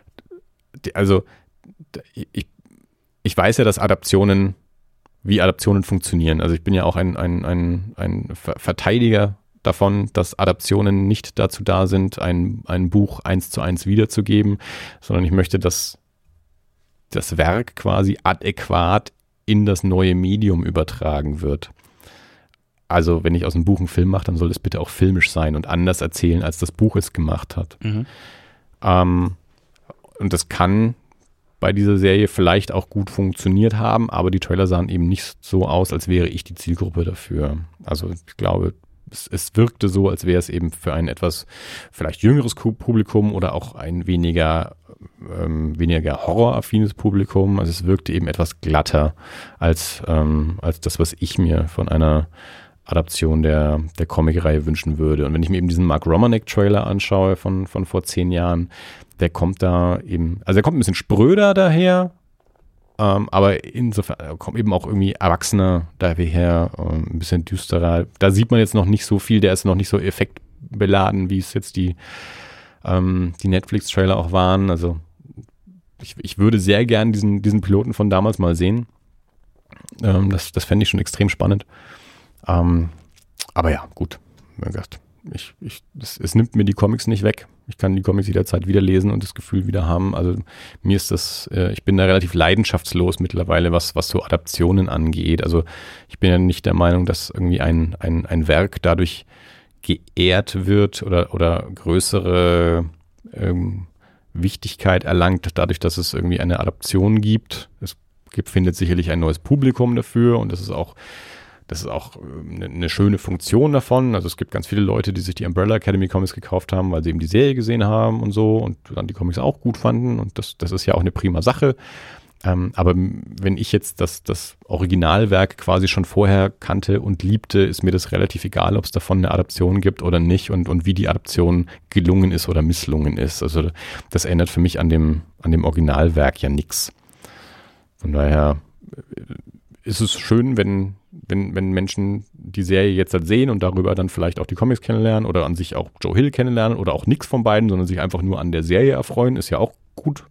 ich weiß ja, dass wie Adaptionen funktionieren. Also ich bin ja auch ein Verteidiger davon, dass Adaptionen nicht dazu da sind, ein Buch 1:1 wiederzugeben, sondern ich möchte, dass das Werk quasi adäquat in das neue Medium übertragen wird. Also wenn ich aus einem Buch einen Film mache, dann soll es bitte auch filmisch sein und anders erzählen, als das Buch es gemacht hat. Mhm. Und das kann bei dieser Serie vielleicht auch gut funktioniert haben, aber die Trailer sahen eben nicht so aus, als wäre ich die Zielgruppe dafür. Also ich glaube, es wirkte so, als wäre es eben für ein etwas vielleicht jüngeres Publikum oder auch ein weniger horroraffines Publikum. Also es wirkte eben etwas glatter als das, was ich mir von einer Adaption der Comic-Reihe wünschen würde. Und wenn ich mir eben diesen Mark Romanek-Trailer anschaue von vor 10 Jahren, der kommt da eben, also der kommt ein bisschen spröder daher, aber insofern kommt eben auch irgendwie erwachsener daher, ein bisschen düsterer. Da sieht man jetzt noch nicht so viel, der ist noch nicht so effektbeladen, wie es jetzt die Netflix-Trailer auch waren. Also ich würde sehr gern diesen Piloten von damals mal sehen. Das fände ich schon extrem spannend. Aber ja, gut, wie gesagt, es nimmt mir die Comics nicht weg. Ich kann die Comics jederzeit wieder lesen und das Gefühl wieder haben. Also mir ist ich bin da relativ leidenschaftslos mittlerweile, was so Adaptionen angeht. Also ich bin ja nicht der Meinung, dass irgendwie ein Werk dadurch geehrt wird oder größere Wichtigkeit erlangt, dadurch, dass es irgendwie eine Adaption gibt. Es findet sicherlich ein neues Publikum dafür und das ist auch das ist auch eine schöne Funktion davon. Also es gibt ganz viele Leute, die sich die Umbrella Academy Comics gekauft haben, weil sie eben die Serie gesehen haben und so und dann die Comics auch gut fanden und das ist ja auch eine prima Sache. Aber wenn ich jetzt das Originalwerk quasi schon vorher kannte und liebte, ist mir das relativ egal, ob es davon eine Adaption gibt oder nicht und wie die Adaption gelungen ist oder misslungen ist. Also das ändert für mich an dem Originalwerk ja nichts. Von daher ist es schön, wenn Menschen die Serie jetzt halt sehen und darüber dann vielleicht auch die Comics kennenlernen oder an sich auch Joe Hill kennenlernen oder auch nichts von beiden, sondern sich einfach nur an der Serie erfreuen, ist ja auch gut.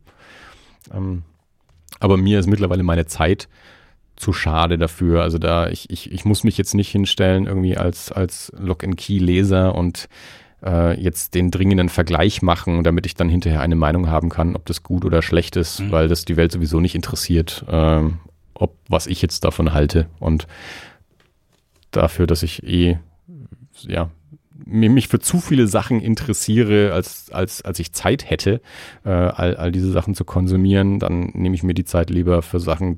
Aber mir ist mittlerweile meine Zeit zu schade dafür. Also ich muss mich jetzt nicht hinstellen irgendwie als Lock-and-Key-Leser und jetzt den dringenden Vergleich machen, damit ich dann hinterher eine Meinung haben kann, ob das gut oder schlecht ist, weil das die Welt sowieso nicht interessiert, was ich jetzt davon halte. Und dafür, dass ich mich für zu viele Sachen interessiere, als ich Zeit hätte, all diese Sachen zu konsumieren, dann nehme ich mir die Zeit lieber für Sachen,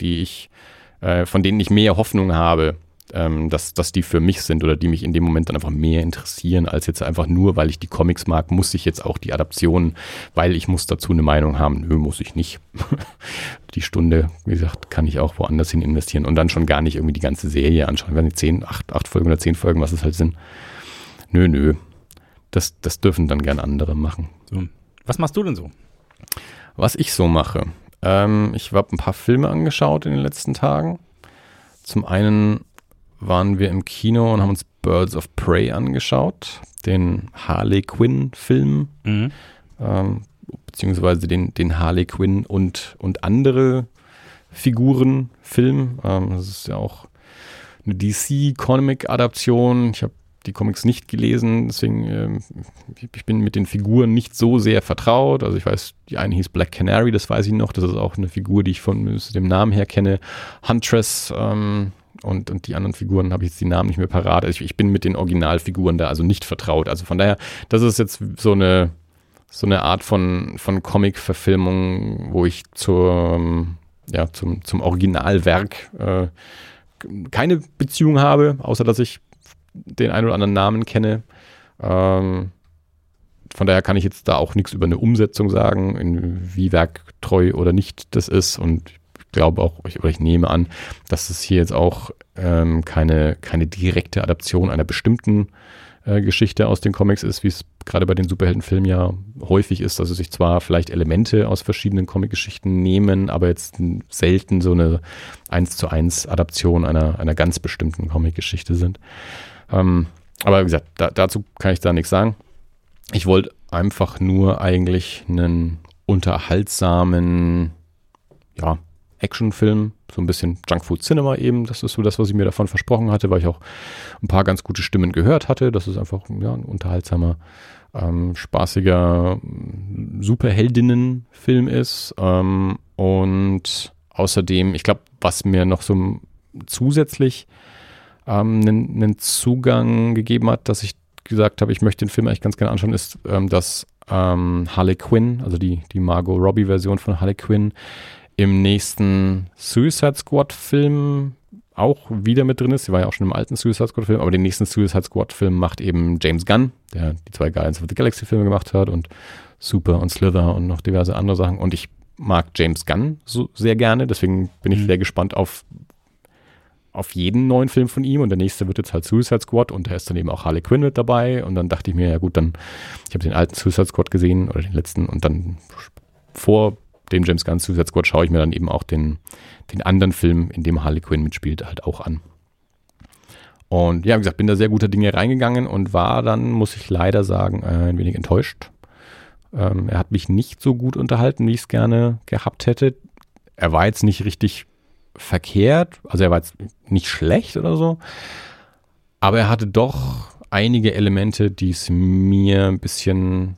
von denen ich mehr Hoffnung habe, dass die für mich sind oder die mich in dem Moment dann einfach mehr interessieren, als jetzt einfach nur, weil ich die Comics mag, muss ich jetzt auch die Adaptionen, weil ich muss dazu eine Meinung haben. Nö, muss ich nicht. Die Stunde, wie gesagt, kann ich auch woanders hin investieren und dann schon gar nicht irgendwie die ganze Serie anschauen. Wenn die 8 Folgen oder 10 Folgen, was es halt sind. Nö. Das dürfen dann gern andere machen. So. Was machst du denn so? Was ich so mache? Ich habe ein paar Filme angeschaut in den letzten Tagen. Zum einen waren wir im Kino und haben uns Birds of Prey angeschaut, den Harley Quinn-Film, beziehungsweise den Harley Quinn und andere Figuren-Film. Das ist ja auch eine DC-Comic-Adaption. Ich habe die Comics nicht gelesen, deswegen ich bin mit den Figuren nicht so sehr vertraut. Also ich weiß, die eine hieß Black Canary, das weiß ich noch. Das ist auch eine Figur, die ich von dem Namen her kenne. Huntress und die anderen Figuren habe ich jetzt die Namen nicht mehr parat. Also ich bin mit den Originalfiguren da also nicht vertraut. Also von daher, das ist jetzt so eine Art von Comic-Verfilmung, wo ich zum Originalwerk keine Beziehung habe, außer dass ich den einen oder anderen Namen kenne. Von daher kann ich jetzt da auch nichts über eine Umsetzung sagen, wie werktreu oder nicht das ist. Und ich glaube auch, ich nehme an, dass es hier jetzt auch keine direkte Adaption einer bestimmten Geschichte aus den Comics ist, wie es gerade bei den Superheldenfilmen ja häufig ist, dass sie sich zwar vielleicht Elemente aus verschiedenen Comic-Geschichten nehmen, aber jetzt selten so eine 1:1 Adaption einer ganz bestimmten Comic-Geschichte sind. Aber wie gesagt, dazu kann ich da nichts sagen. Ich wollte einfach nur eigentlich einen unterhaltsamen, Actionfilm, so ein bisschen Junkfood Cinema eben. Das ist so das, was ich mir davon versprochen hatte, weil ich auch ein paar ganz gute Stimmen gehört hatte. Das ist einfach ein unterhaltsamer, spaßiger Superheldinnenfilm ist. Und außerdem, ich glaube, was mir noch so zusätzlich einen Zugang gegeben hat, dass ich gesagt habe, ich möchte den Film eigentlich ganz gerne anschauen, ist, dass Harley Quinn, also die Margot Robbie-Version von Harley Quinn, im nächsten Suicide Squad-Film auch wieder mit drin ist. Sie war ja auch schon im alten Suicide Squad-Film, aber den nächsten Suicide Squad-Film macht eben James Gunn, der die 2 Guardians of the Galaxy-Filme gemacht hat und Super und Slither und noch diverse andere Sachen. Und ich mag James Gunn so sehr gerne, deswegen bin ich sehr gespannt auf jeden neuen Film von ihm und der nächste wird jetzt halt Suicide Squad und da ist dann eben auch Harley Quinn mit dabei und dann dachte ich mir, ja gut, ich habe den alten Suicide Squad gesehen oder den letzten und dann vor dem James Gunn Suicide Squad schaue ich mir dann eben auch den anderen Film, in dem Harley Quinn mitspielt, halt auch an. Und ja, wie gesagt, bin da sehr guter Dinge reingegangen und war dann, muss ich leider sagen, ein wenig enttäuscht. Er hat mich nicht so gut unterhalten, wie ich es gerne gehabt hätte. Er war jetzt nicht richtig verkehrt, also er war jetzt nicht schlecht oder so, aber er hatte doch einige Elemente, die es mir ein bisschen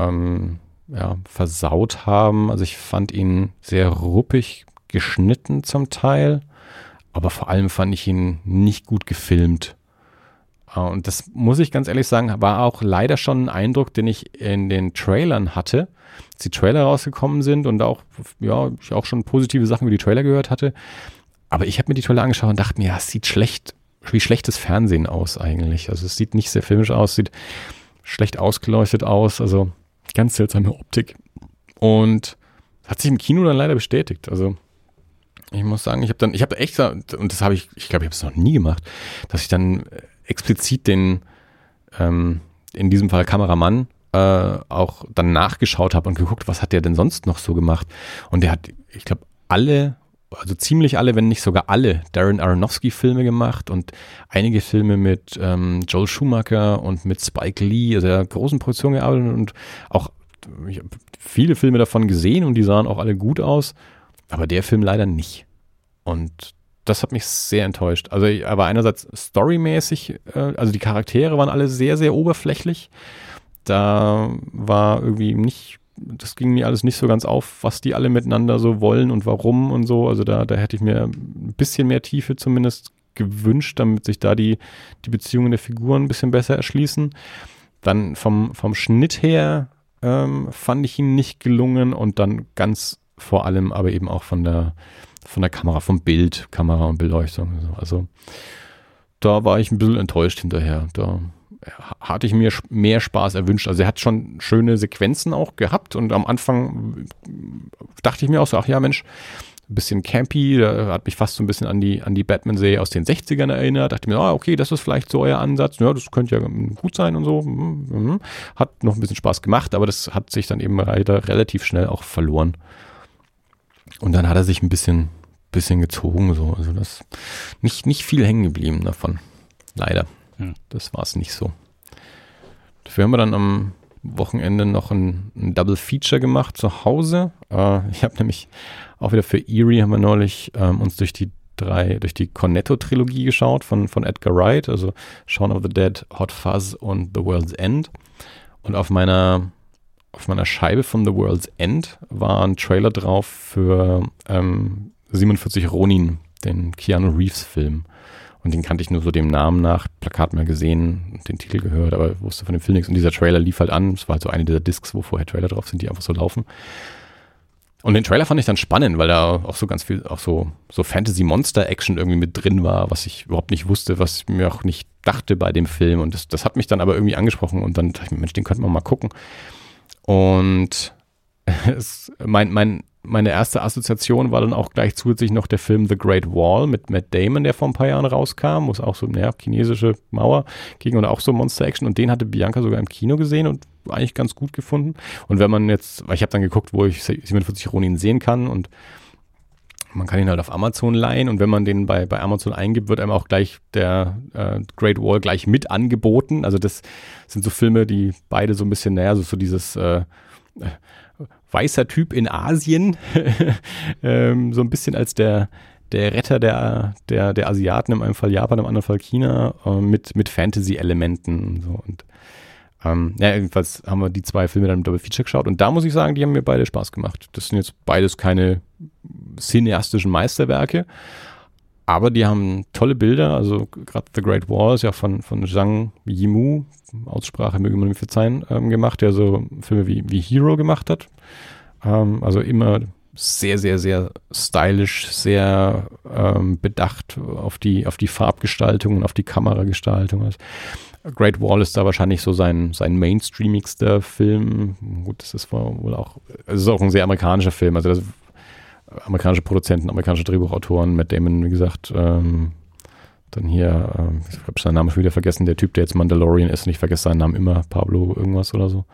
versaut haben. Also ich fand ihn sehr ruppig geschnitten zum Teil, aber vor allem fand ich ihn nicht gut gefilmt. Und das muss ich ganz ehrlich sagen, war auch leider schon ein Eindruck, den ich in den Trailern hatte, als die Trailer rausgekommen sind und auch, ich auch schon positive Sachen über die Trailer gehört hatte. Aber ich habe mir die Trailer angeschaut und dachte mir, ja, es sieht schlecht wie schlechtes Fernsehen aus eigentlich. Also es sieht nicht sehr filmisch aus, sieht schlecht ausgeleuchtet aus, also ganz seltsame Optik. Und hat sich im Kino dann leider bestätigt. Also ich muss sagen, ich habe echt, und das habe ich glaube, ich habe es noch nie gemacht, dass ich dann explizit den, in diesem Fall Kameramann, auch dann nachgeschaut habe und geguckt, was hat der denn sonst noch so gemacht. Und der hat, ich glaube, also ziemlich alle, wenn nicht sogar alle Darren Aronofsky-Filme gemacht und einige Filme mit Joel Schumacher und mit Spike Lee, also der großen Produktion gearbeitet und auch ich habe viele Filme davon gesehen und die sahen auch alle gut aus, aber der Film leider nicht. Und das hat mich sehr enttäuscht. Also aber einerseits storymäßig, also die Charaktere waren alle sehr, sehr oberflächlich. Da war irgendwie das ging mir alles nicht so ganz auf, was die alle miteinander so wollen und warum und so. Also da hätte ich mir ein bisschen mehr Tiefe zumindest gewünscht, damit sich da die Beziehungen der Figuren ein bisschen besser erschließen. Dann vom Schnitt her fand ich ihn nicht gelungen und dann ganz vor allem aber eben auch von der Kamera, vom Bild, Kamera und Beleuchtung. Also da war ich ein bisschen enttäuscht hinterher. Da hatte ich mir mehr Spaß erwünscht. Also er hat schon schöne Sequenzen auch gehabt und am Anfang dachte ich mir auch so, ach ja Mensch, ein bisschen campy, da hat mich fast so ein bisschen an die Batman-Serie aus den 60ern erinnert. Dachte mir, okay, das ist vielleicht so euer Ansatz. Ja, das könnte ja gut sein und so. Hat noch ein bisschen Spaß gemacht, aber das hat sich dann eben leider relativ schnell auch verloren. Und dann hat er sich ein bisschen gezogen, so. Also das nicht viel hängen geblieben davon. Leider. Das war es nicht so. Dafür haben wir dann am Wochenende noch ein Double Feature gemacht zu Hause. Ich habe nämlich auch wieder für Eerie haben wir neulich uns durch die Cornetto-Trilogie geschaut von Edgar Wright, also Shaun of the Dead, Hot Fuzz und The World's End. Und auf meiner Scheibe von The World's End war ein Trailer drauf für 47 Ronin, den Keanu Reeves-Film. Und den kannte ich nur so dem Namen nach, Plakat mal gesehen, den Titel gehört, aber wusste von dem Film nichts. Und dieser Trailer lief halt an. Es war halt so eine dieser Discs, wo vorher Trailer drauf sind, die einfach so laufen. Und den Trailer fand ich dann spannend, weil da auch so ganz viel, auch so Fantasy-Monster-Action irgendwie mit drin war, was ich überhaupt nicht wusste, was ich mir auch nicht dachte bei dem Film. Und das hat mich dann aber irgendwie angesprochen. Und dann dachte ich mir, Mensch, den könnten wir mal gucken. Und meine erste Assoziation war dann auch gleich zusätzlich noch der Film The Great Wall mit Matt Damon, der vor ein paar Jahren rauskam, wo es auch so chinesische Mauer ging und auch so Monster-Action. Und den hatte Bianca sogar im Kino gesehen und eigentlich ganz gut gefunden. Und wenn man jetzt, weil ich habe dann geguckt, wo ich 47 Ronin sehen kann und man kann ihn halt auf Amazon leihen und wenn man den bei Amazon eingibt, wird einem auch gleich der Great Wall gleich mit angeboten. Also das sind so Filme, die beide so ein bisschen, so dieses weißer Typ in Asien, so ein bisschen als der Retter der Asiaten, in einem Fall Japan, im anderen Fall China, mit Fantasy-Elementen und so. Und jedenfalls haben wir die zwei Filme dann im Double Feature geschaut und da muss ich sagen, die haben mir beide Spaß gemacht. Das sind jetzt beides keine cineastischen Meisterwerke, aber die haben tolle Bilder, also gerade The Great Wall ist ja von Zhang Yimou, Aussprache möge man mir verzeihen, gemacht, der so Filme wie Hero gemacht hat. Also immer sehr, sehr, sehr stylisch, sehr bedacht auf die Farbgestaltung und auf die Kameragestaltung. Also Great Wall ist da wahrscheinlich so sein mainstreamigster Film. Gut, das ist wohl auch, es ist auch ein sehr amerikanischer Film, also das amerikanische Produzenten, amerikanische Drehbuchautoren, Matt Damon, wie gesagt, dann hier, ich habe seinen Namen schon wieder vergessen, der Typ, der jetzt Mandalorian ist, und ich vergesse seinen Namen immer, Pablo irgendwas oder so.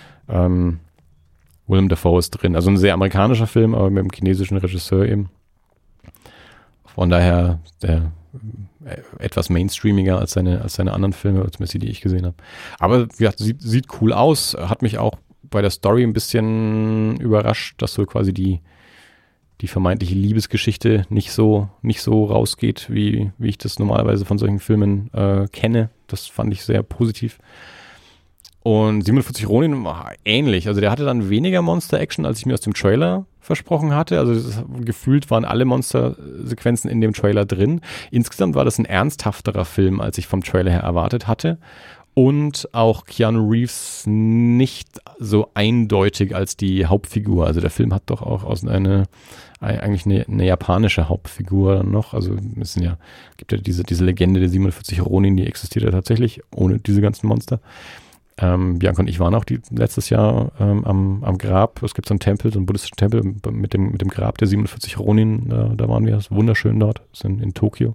Willem Dafoe ist drin, also ein sehr amerikanischer Film, aber mit einem chinesischen Regisseur eben. Von daher der etwas mainstreamiger als seine anderen Filme, zumindest die, die ich gesehen habe. Aber ja, sieht cool aus, hat mich auch bei der Story ein bisschen überrascht, dass so quasi die vermeintliche Liebesgeschichte nicht so rausgeht, wie ich das normalerweise von solchen Filmen kenne. Das fand ich sehr positiv. Und 47 Ronin war ähnlich. Also der hatte dann weniger Monster-Action, als ich mir aus dem Trailer versprochen hatte. Also gefühlt waren alle Monster-Sequenzen in dem Trailer drin. Insgesamt war das ein ernsthafterer Film, als ich vom Trailer her erwartet hatte. Und auch Keanu Reeves nicht so eindeutig als die Hauptfigur. Also der Film hat doch auch eigentlich eine japanische Hauptfigur noch. Also es gibt ja diese Legende der 47 Ronin, die existiert ja tatsächlich ohne diese ganzen Monster. Bianca und ich waren auch letztes Jahr am Grab. Es gibt so einen Tempel, so einen buddhistischen Tempel mit dem Grab der 47 Ronin. Da waren wir. Das ist wunderschön dort. Das ist in Tokio.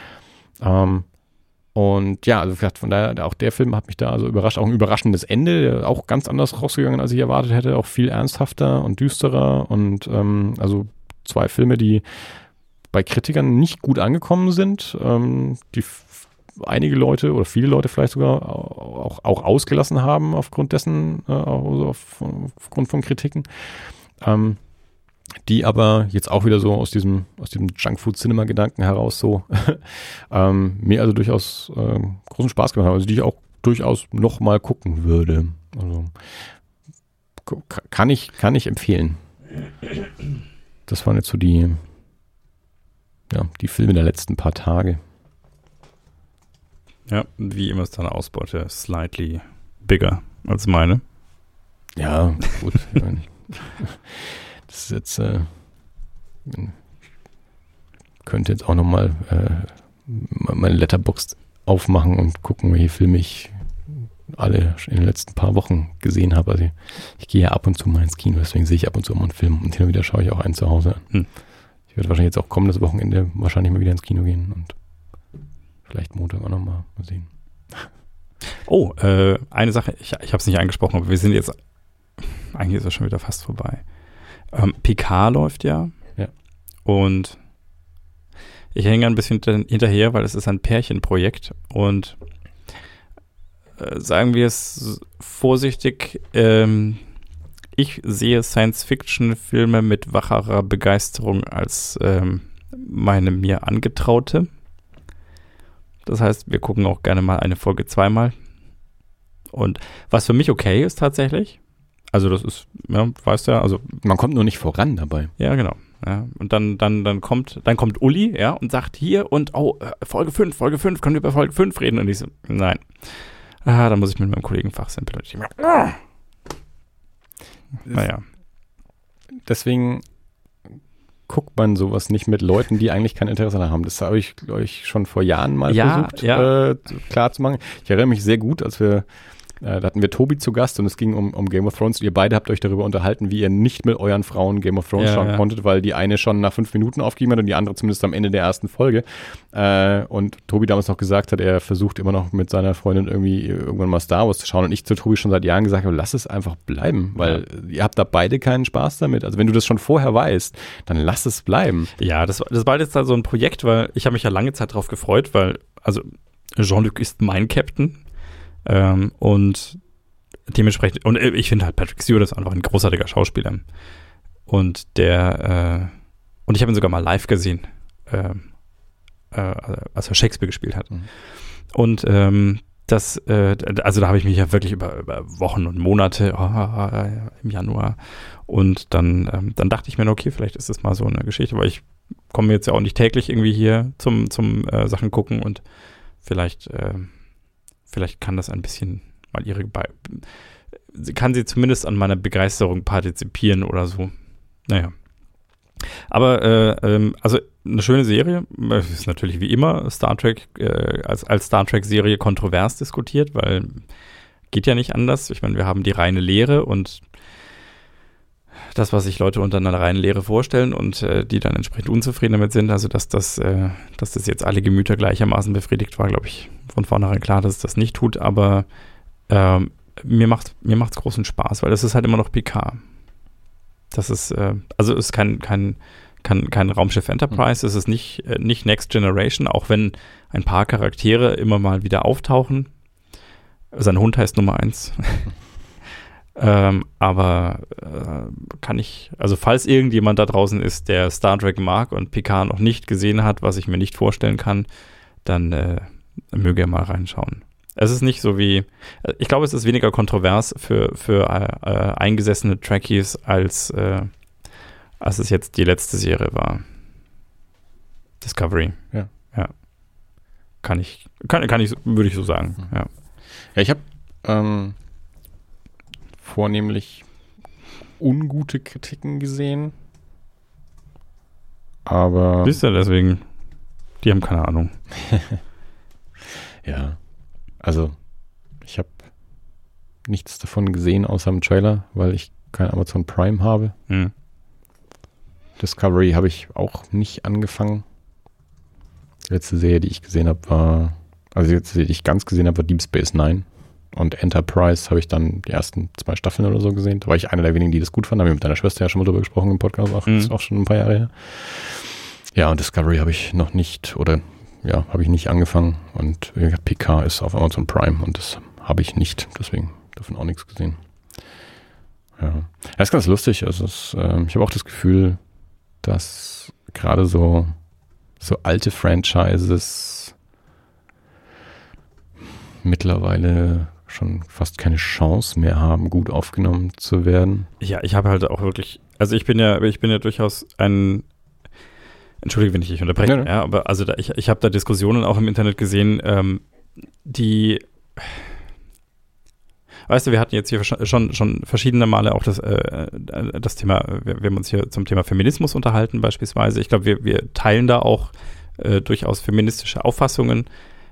Und ja, also von daher, auch der Film hat mich da also überrascht. Auch ein überraschendes Ende, auch ganz anders rausgegangen, als ich erwartet hätte. Auch viel ernsthafter und düsterer. Und also 2 Filme, die bei Kritikern nicht gut angekommen sind, die einige Leute oder viele Leute vielleicht sogar auch ausgelassen haben aufgrund dessen, aufgrund von Kritiken. Die aber jetzt auch wieder so aus diesem Junkfood-Cinema-Gedanken heraus so mir also durchaus großen Spaß gemacht haben, also die ich auch durchaus nochmal gucken würde. Also kann ich empfehlen. Das waren jetzt so die Filme der letzten paar Tage. Ja, wie immer ist deine Ausbeute slightly bigger als meine. Ja, gut. Das ist jetzt, könnte jetzt auch nochmal meine Letterboxd aufmachen und gucken, welche Filme ich alle in den letzten paar Wochen gesehen habe. Also ich gehe ja ab und zu mal ins Kino, deswegen sehe ich ab und zu mal einen Film und hin und wieder schaue ich auch einen zu Hause an. Ich werde wahrscheinlich jetzt auch kommendes Wochenende wahrscheinlich mal wieder ins Kino gehen und vielleicht Montag auch nochmal mal sehen. Oh, eine Sache, ich habe es nicht angesprochen, aber wir sind jetzt, eigentlich ist es schon wieder fast vorbei. Picard läuft ja. Und ich hänge ein bisschen hinterher, weil es ist ein Pärchenprojekt und sagen wir es vorsichtig, ich sehe Science-Fiction-Filme mit wacherer Begeisterung als meine mir angetraute. Das heißt, wir gucken auch gerne mal eine Folge zweimal. Und was für mich okay ist tatsächlich, also das ist, ja, weißt du ja, also man kommt nur nicht voran dabei. Ja, genau. Ja, und dann kommt Uli, ja, und sagt hier und Folge 5, können wir über Folge 5 reden? Und ich so, nein. Da muss ich mit meinem Kollegen fachsimpeln. Naja. Deswegen guckt man sowas nicht mit Leuten, die eigentlich kein Interesse daran haben. Das habe ich, glaube ich, schon vor Jahren mal versucht klar zu machen. Ich erinnere mich sehr gut, als da hatten wir Tobi zu Gast und es ging um Game of Thrones. Ihr beide habt euch darüber unterhalten, wie ihr nicht mit euren Frauen Game of Thrones schauen konntet, weil die eine schon nach 5 Minuten aufgegeben hat und die andere zumindest am Ende der ersten Folge. Und Tobi damals noch gesagt hat, er versucht immer noch mit seiner Freundin irgendwie irgendwann mal Star Wars zu schauen. Und ich zu Tobi schon seit Jahren gesagt habe, lass es einfach bleiben, weil ihr habt da beide keinen Spaß damit. Also wenn du das schon vorher weißt, dann lass es bleiben. Ja, das war jetzt da so ein Projekt, weil ich habe mich ja lange Zeit drauf gefreut, weil, also Jean-Luc ist mein Captain. Und dementsprechend, und ich finde halt Patrick Stewart ist einfach ein großartiger Schauspieler. Und und ich habe ihn sogar mal live gesehen, als er Shakespeare gespielt hat. Und also da habe ich mich ja wirklich über Wochen und Monate im Januar und dann dachte ich mir, okay, vielleicht ist das mal so eine Geschichte, weil ich komme jetzt ja auch nicht täglich irgendwie hier zum Sachen gucken und vielleicht kann das ein bisschen mal kann sie zumindest an meiner Begeisterung partizipieren oder so. Naja. Aber also eine schöne Serie, ist natürlich wie immer Star Trek als Star Trek-Serie kontrovers diskutiert, weil geht ja nicht anders. Ich meine, wir haben die reine Lehre und das, was sich Leute unter einer reinen Lehre vorstellen und die dann entsprechend unzufrieden damit sind, also dass das jetzt alle Gemüter gleichermaßen befriedigt, war, glaube ich, von vornherein klar, dass es das nicht tut, aber mir macht's großen Spaß, weil das ist halt immer noch Picard. Das ist, also es ist kein Raumschiff Enterprise, es ist nicht Next Generation, auch wenn ein paar Charaktere immer mal wieder auftauchen. Sein Hund heißt Nummer 1. Aber also falls irgendjemand da draußen ist, der Star Trek mag und Picard noch nicht gesehen hat, was ich mir nicht vorstellen kann, dann möge er mal reinschauen. Es ist nicht so wie, ich glaube, es ist weniger kontrovers für eingesessene Trekkies, als es jetzt die letzte Serie war. Discovery. Ja. Würde ich so sagen, ja. Ja, ich habe vornehmlich ungute Kritiken gesehen. Aber. Siehst du, deswegen, die haben keine Ahnung. Ja, also ich habe nichts davon gesehen außer im Trailer, weil ich kein Amazon Prime habe. Hm. Discovery habe ich auch nicht angefangen. Die letzte Serie, die ich gesehen habe, war Deep Space Nine. Und Enterprise habe ich dann die ersten 2 Staffeln oder so gesehen. Da war ich einer der wenigen, die das gut fanden. Da haben wir mit deiner Schwester ja schon mal drüber gesprochen im Podcast. Das ist auch schon ein paar Jahre her. Ja, und Discovery habe ich noch nicht, habe ich nicht angefangen. Und wie gesagt, PK ist auf Amazon Prime und das habe ich nicht. Deswegen davon auch nichts gesehen. Ja, das ist ganz lustig. Also ich habe auch das Gefühl, dass gerade so alte Franchises mittlerweile schon fast keine Chance mehr haben, gut aufgenommen zu werden. Ja, ich habe halt auch wirklich, also ich bin ja durchaus ein, entschuldige, wenn ich dich unterbreche, ja, aber also ich habe da Diskussionen auch im Internet gesehen, die, weißt du, wir hatten jetzt hier schon verschiedene Male auch das Thema, wir haben uns hier zum Thema Feminismus unterhalten beispielsweise. Ich glaube, wir teilen da auch durchaus feministische Auffassungen,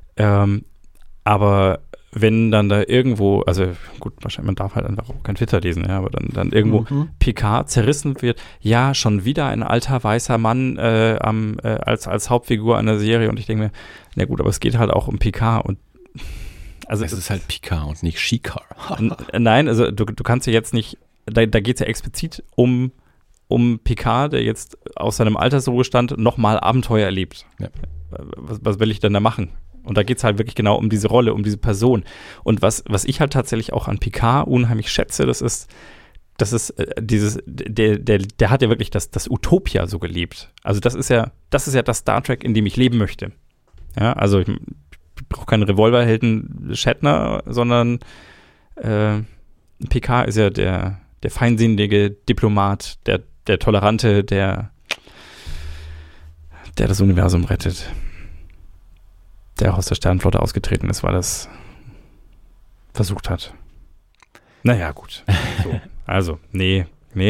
aber wenn dann da irgendwo, also gut, wahrscheinlich, man darf halt einfach auch kein Twitter lesen, ja, aber dann irgendwo PK zerrissen wird, ja, schon wieder ein alter weißer Mann als Hauptfigur einer Serie und ich denke mir, na gut, aber es geht halt auch um PK und also es ist halt PK und nicht Shikar. Nein, also du kannst ja jetzt nicht, da geht es ja explizit um PK, der jetzt aus seinem Altersruhestand nochmal Abenteuer erlebt. Ja. Was will ich denn da machen? Und da geht es halt wirklich genau um diese Rolle, um diese Person. Und was ich halt tatsächlich auch an Picard unheimlich schätze, das ist dieses, der hat ja wirklich das Utopia so gelebt. Also das ist ja das Star Trek, in dem ich leben möchte. Ja, also ich brauche keinen Revolverhelden Shatner, sondern Picard ist ja der feinsinnige Diplomat, der Tolerante, der das Universum rettet. Der auch aus der Sternenflotte ausgetreten ist, weil er es versucht hat. Naja, gut. So. Also, nee.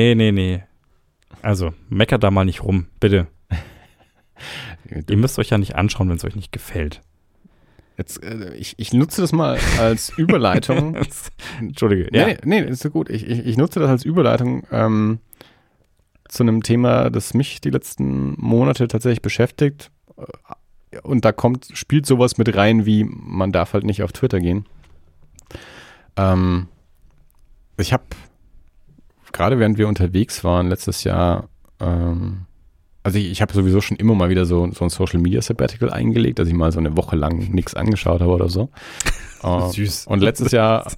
Also, meckert da mal nicht rum, bitte. Ihr müsst euch ja nicht anschauen, wenn es euch nicht gefällt. Jetzt, ich nutze das mal als Überleitung. Entschuldige. Ja. Nee, ist so gut. Ich nutze das als Überleitung zu einem Thema, das mich die letzten Monate tatsächlich beschäftigt. Und da spielt sowas mit rein, wie man darf halt nicht auf Twitter gehen. Ich habe, gerade während wir unterwegs waren letztes Jahr, also ich habe sowieso schon immer mal wieder so ein Social Media Sabbatical eingelegt, dass ich mal so eine Woche lang nichts angeschaut habe oder so. Süß. Und letztes Jahr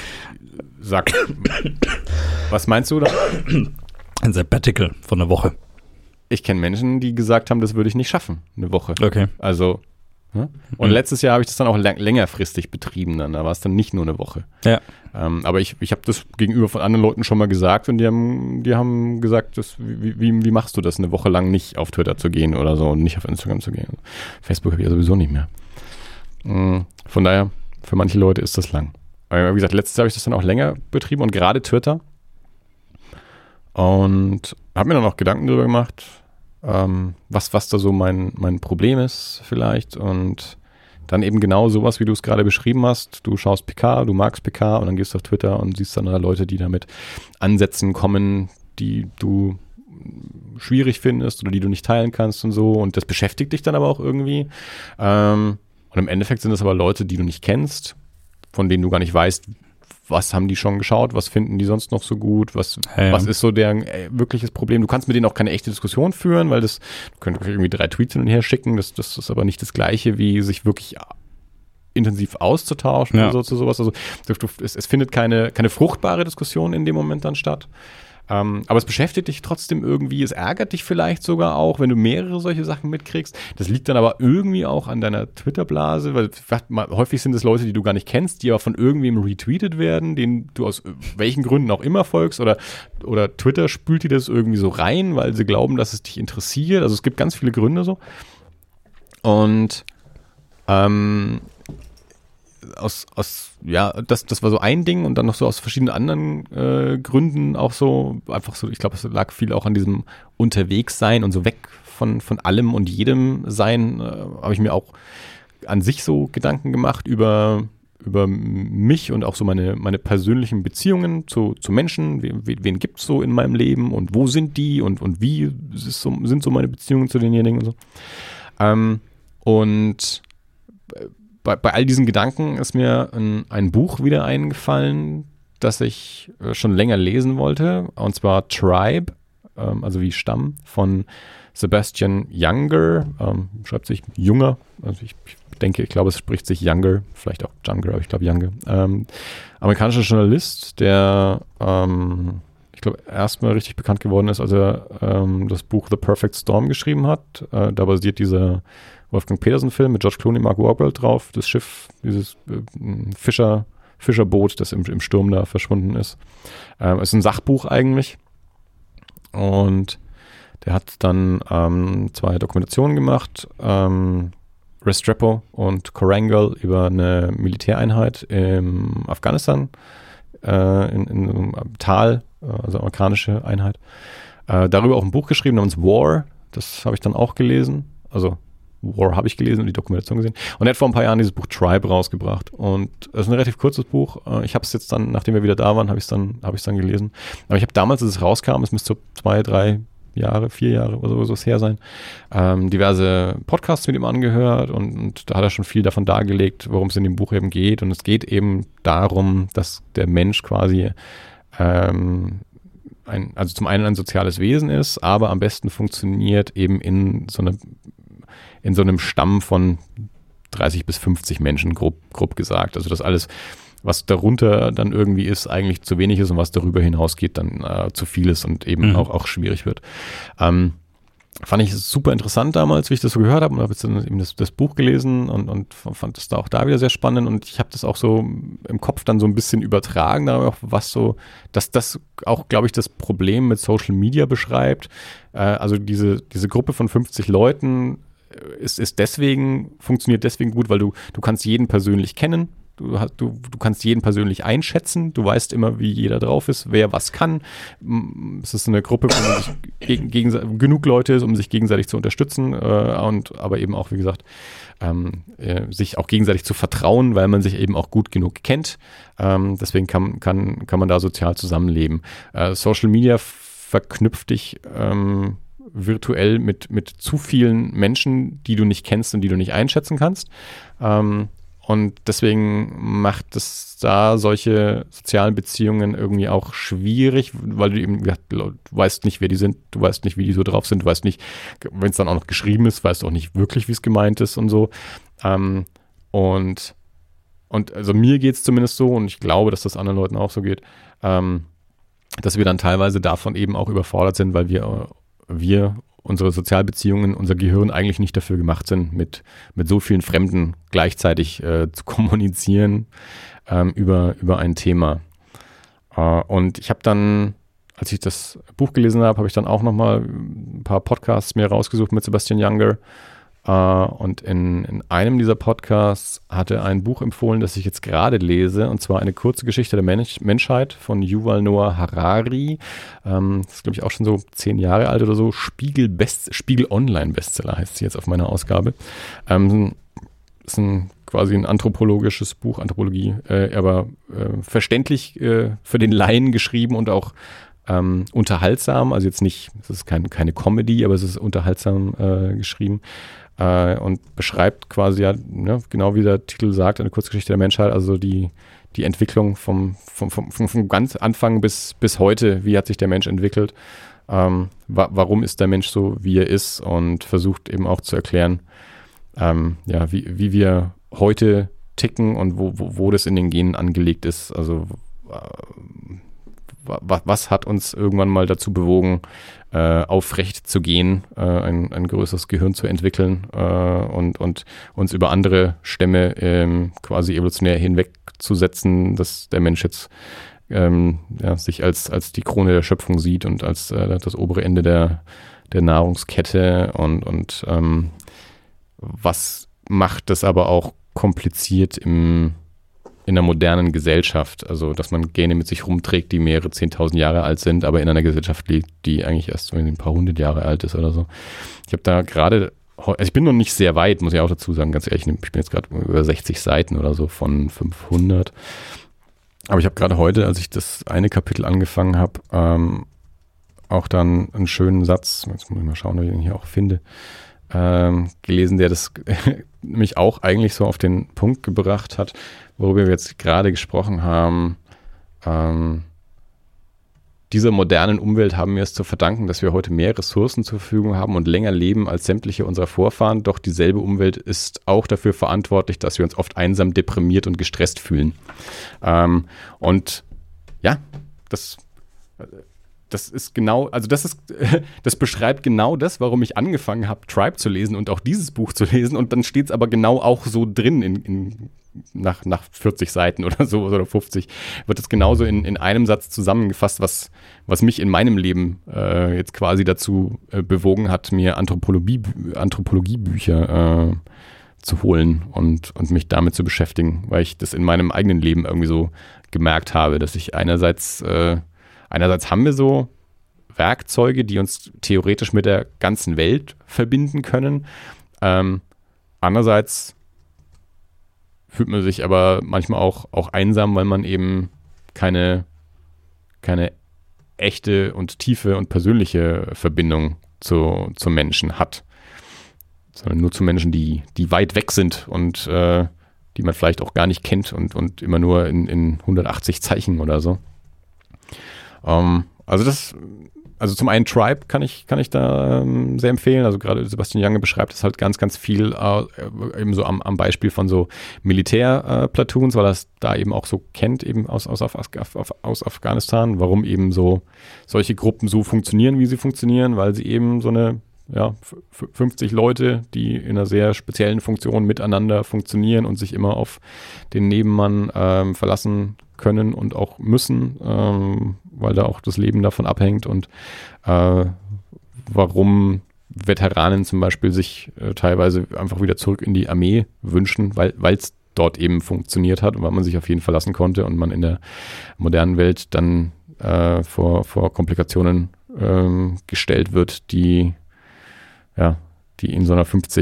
was meinst du da? Ein Sabbatical von einer Woche. Ich kenne Menschen, die gesagt haben, das würde ich nicht schaffen, eine Woche. Okay. Also, ja? Und letztes Jahr habe ich das dann auch längerfristig betrieben. Da war es dann nicht nur eine Woche. Ja. Aber ich habe das gegenüber von anderen Leuten schon mal gesagt und die haben gesagt, wie machst du das, eine Woche lang nicht auf Twitter zu gehen oder so und nicht auf Instagram zu gehen. Facebook habe ich ja sowieso nicht mehr. Von daher, für manche Leute ist das lang. Aber wie gesagt, letztes Jahr habe ich das dann auch länger betrieben und gerade Twitter. Und habe mir dann auch Gedanken darüber gemacht, was da so mein Problem ist vielleicht. Und dann eben genau sowas, wie du es gerade beschrieben hast. Du schaust PK, du magst PK und dann gehst du auf Twitter und siehst dann da Leute, die da mit Ansätzen kommen, die du schwierig findest oder die du nicht teilen kannst und so. Und das beschäftigt dich dann aber auch irgendwie. Und im Endeffekt sind das aber Leute, die du nicht kennst, von denen du gar nicht weißt, was haben die schon geschaut, was finden die sonst noch so gut, was ist so deren wirkliches Problem. Du kannst mit denen auch keine echte Diskussion führen, weil du könntest irgendwie 3 Tweets hin und her schicken, das ist aber nicht das Gleiche, wie sich wirklich intensiv auszutauschen oder so zu sowas. Also es findet keine fruchtbare Diskussion in dem Moment dann statt. Aber es beschäftigt dich trotzdem irgendwie, es ärgert dich vielleicht sogar auch, wenn du mehrere solche Sachen mitkriegst. Das liegt dann aber irgendwie auch an deiner Twitter-Blase, weil häufig sind es Leute, die du gar nicht kennst, die aber von irgendwem retweetet werden, denen du aus welchen Gründen auch immer folgst oder Twitter spült dir das irgendwie so rein, weil sie glauben, dass es dich interessiert. Also es gibt ganz viele Gründe so. Und das war so ein Ding und dann noch so aus verschiedenen anderen Gründen auch so, einfach so, ich glaube, es lag viel auch an diesem Unterwegssein und so weg von allem und jedem Sein, habe ich mir auch an sich so Gedanken gemacht über mich und auch so meine persönlichen Beziehungen zu Menschen, wen gibt es so in meinem Leben und wo sind die und wie sind so meine Beziehungen zu denjenigen und so. Und bei all diesen Gedanken ist mir ein Buch wieder eingefallen, das ich schon länger lesen wollte, und zwar Tribe, also wie Stamm, von Sebastian Junger, schreibt sich Junger, also ich glaube, es spricht sich Younger, vielleicht auch Junger, aber ich glaube Younger. Amerikanischer Journalist, der ich glaube, erstmal richtig bekannt geworden ist, als er das Buch The Perfect Storm geschrieben hat. Da basiert dieser Wolfgang Petersen-Film mit George Clooney, Mark Wahlberg drauf, das Schiff, dieses Fischerboot, das im Sturm da verschwunden ist. Ist ein Sachbuch eigentlich. Und der hat dann 2 Dokumentationen gemacht, Restrepo und Korangal über eine Militäreinheit im Afghanistan, in einem Tal, also amerikanische Einheit. Darüber auch ein Buch geschrieben namens War, das habe ich dann auch gelesen, also War habe ich gelesen und die Dokumentation gesehen. Und er hat vor ein paar Jahren dieses Buch Tribe rausgebracht. Und es ist ein relativ kurzes Buch. Ich habe es jetzt dann, nachdem wir wieder da waren, habe ich es dann gelesen. Aber ich habe damals, als es rauskam, es müsste so 2, 3 Jahre, 4 Jahre oder so her sein, diverse Podcasts mit ihm angehört und da hat er schon viel davon dargelegt, worum es in dem Buch eben geht. Und es geht eben darum, dass der Mensch quasi also zum einen ein soziales Wesen ist, aber am besten funktioniert eben in so einem Stamm von 30 bis 50 Menschen, grob gesagt. Also das alles, was darunter dann irgendwie ist, eigentlich zu wenig ist und was darüber hinausgeht, dann zu viel ist und eben auch schwierig wird. Fand ich super interessant damals, wie ich das so gehört habe, und habe jetzt dann eben das Buch gelesen und fand das da auch da wieder sehr spannend, und ich habe das auch so im Kopf dann so ein bisschen übertragen, darauf, was so, dass das auch, glaube ich, das Problem mit Social Media beschreibt. Also diese Gruppe von 50 Leuten funktioniert deswegen gut, weil du kannst jeden persönlich kennen. Du kannst jeden persönlich einschätzen, du weißt immer, wie jeder drauf ist, wer was kann. Es ist eine Gruppe, wo man sich genug Leute ist, um sich gegenseitig zu unterstützen, aber eben auch, wie gesagt, sich auch gegenseitig zu vertrauen, weil man sich eben auch gut genug kennt. Deswegen kann man da sozial zusammenleben. Social Media verknüpft dich virtuell mit zu vielen Menschen, die du nicht kennst und die du nicht einschätzen kannst. Und deswegen macht es da solche sozialen Beziehungen irgendwie auch schwierig, weil du eben, du weißt nicht, wer die sind, du weißt nicht, wie die so drauf sind, du weißt nicht, wenn es dann auch noch geschrieben ist, weißt du auch nicht wirklich, wie es gemeint ist und so. Und also mir geht es zumindest so, und ich glaube, dass das anderen Leuten auch so geht, dass wir dann teilweise davon eben auch überfordert sind, weil wir unsere Sozialbeziehungen, unser Gehirn eigentlich nicht dafür gemacht sind, mit so vielen Fremden gleichzeitig zu kommunizieren über ein Thema. Und ich habe dann, als ich das Buch gelesen habe ich dann auch nochmal ein paar Podcasts mir rausgesucht mit Sebastian Junger. Und in einem dieser Podcasts hat er ein Buch empfohlen, das ich jetzt gerade lese, und zwar eine kurze Geschichte der Menschheit von Yuval Noah Harari. Das ist, glaube ich, auch schon so 10 Jahre alt oder so. Spiegel Online-Bestseller heißt sie jetzt auf meiner Ausgabe. Ist quasi ein anthropologisches Buch, Anthropologie, aber verständlich für den Laien geschrieben und auch unterhaltsam. Also jetzt nicht, es ist keine Comedy, aber es ist unterhaltsam geschrieben. Und beschreibt quasi, ja, ne, genau wie der Titel sagt, eine Kurzgeschichte der Menschheit, also die Entwicklung vom ganz Anfang bis heute, wie hat sich der Mensch entwickelt, warum ist der Mensch so, wie er ist, und versucht eben auch zu erklären, wie wir heute ticken und wo das in den Genen angelegt ist, also was hat uns irgendwann mal dazu bewogen, aufrecht zu gehen, ein größeres Gehirn zu entwickeln und uns über andere Stämme quasi evolutionär hinwegzusetzen, dass der Mensch jetzt sich als die Krone der Schöpfung sieht und als das obere Ende der Nahrungskette, und was macht das aber auch kompliziert im in einer modernen Gesellschaft, also dass man Gene mit sich rumträgt, die mehrere 10.000 Jahre alt sind, aber in einer Gesellschaft liegt, die eigentlich erst ein paar hundert Jahre alt ist oder so. Ich habe da gerade, also ich bin noch nicht sehr weit, muss ich auch dazu sagen, ganz ehrlich, ich bin jetzt gerade über 60 Seiten oder so von 500. Aber ich habe gerade heute, als ich das eine Kapitel angefangen habe, auch dann einen schönen Satz, jetzt muss ich mal schauen, ob ich den hier auch finde, gelesen, der das mich auch eigentlich so auf den Punkt gebracht hat, worüber wir jetzt gerade gesprochen haben. Dieser modernen Umwelt haben wir es zu verdanken, dass wir heute mehr Ressourcen zur Verfügung haben und länger leben als sämtliche unserer Vorfahren. Doch dieselbe Umwelt ist auch dafür verantwortlich, dass wir uns oft einsam, deprimiert und gestresst fühlen. Und ja, das ist genau, also das beschreibt genau das, warum ich angefangen habe, Tribe zu lesen und auch dieses Buch zu lesen. Und dann steht es aber genau auch so drin nach 40 Seiten oder so oder 50, wird es genauso in einem Satz zusammengefasst, was mich in meinem Leben jetzt quasi dazu bewogen hat, mir Anthropologiebücher zu holen und mich damit zu beschäftigen, weil ich das in meinem eigenen Leben irgendwie so gemerkt habe, dass ich einerseits haben wir so Werkzeuge, die uns theoretisch mit der ganzen Welt verbinden können. Andererseits fühlt man sich aber manchmal auch einsam, weil man eben keine echte und tiefe und persönliche Verbindung zu Menschen hat. Sondern nur zu Menschen, die weit weg sind und die man vielleicht auch gar nicht kennt und immer nur in 180 Zeichen oder so. Also zum einen Tribe kann ich da sehr empfehlen. Also gerade Sebastian Jange beschreibt es halt ganz, ganz viel eben so am Beispiel von so Militärplatoons, weil er es da eben auch so kennt, eben aus Afghanistan, warum eben so solche Gruppen so funktionieren, wie sie funktionieren, weil sie eben so eine 50 Leute, die in einer sehr speziellen Funktion miteinander funktionieren und sich immer auf den Nebenmann verlassen können und auch müssen, weil da auch das Leben davon abhängt und warum Veteranen zum Beispiel sich teilweise einfach wieder zurück in die Armee wünschen, weil es dort eben funktioniert hat und weil man sich auf jeden verlassen konnte und man in der modernen Welt dann vor Komplikationen gestellt wird, die in so einer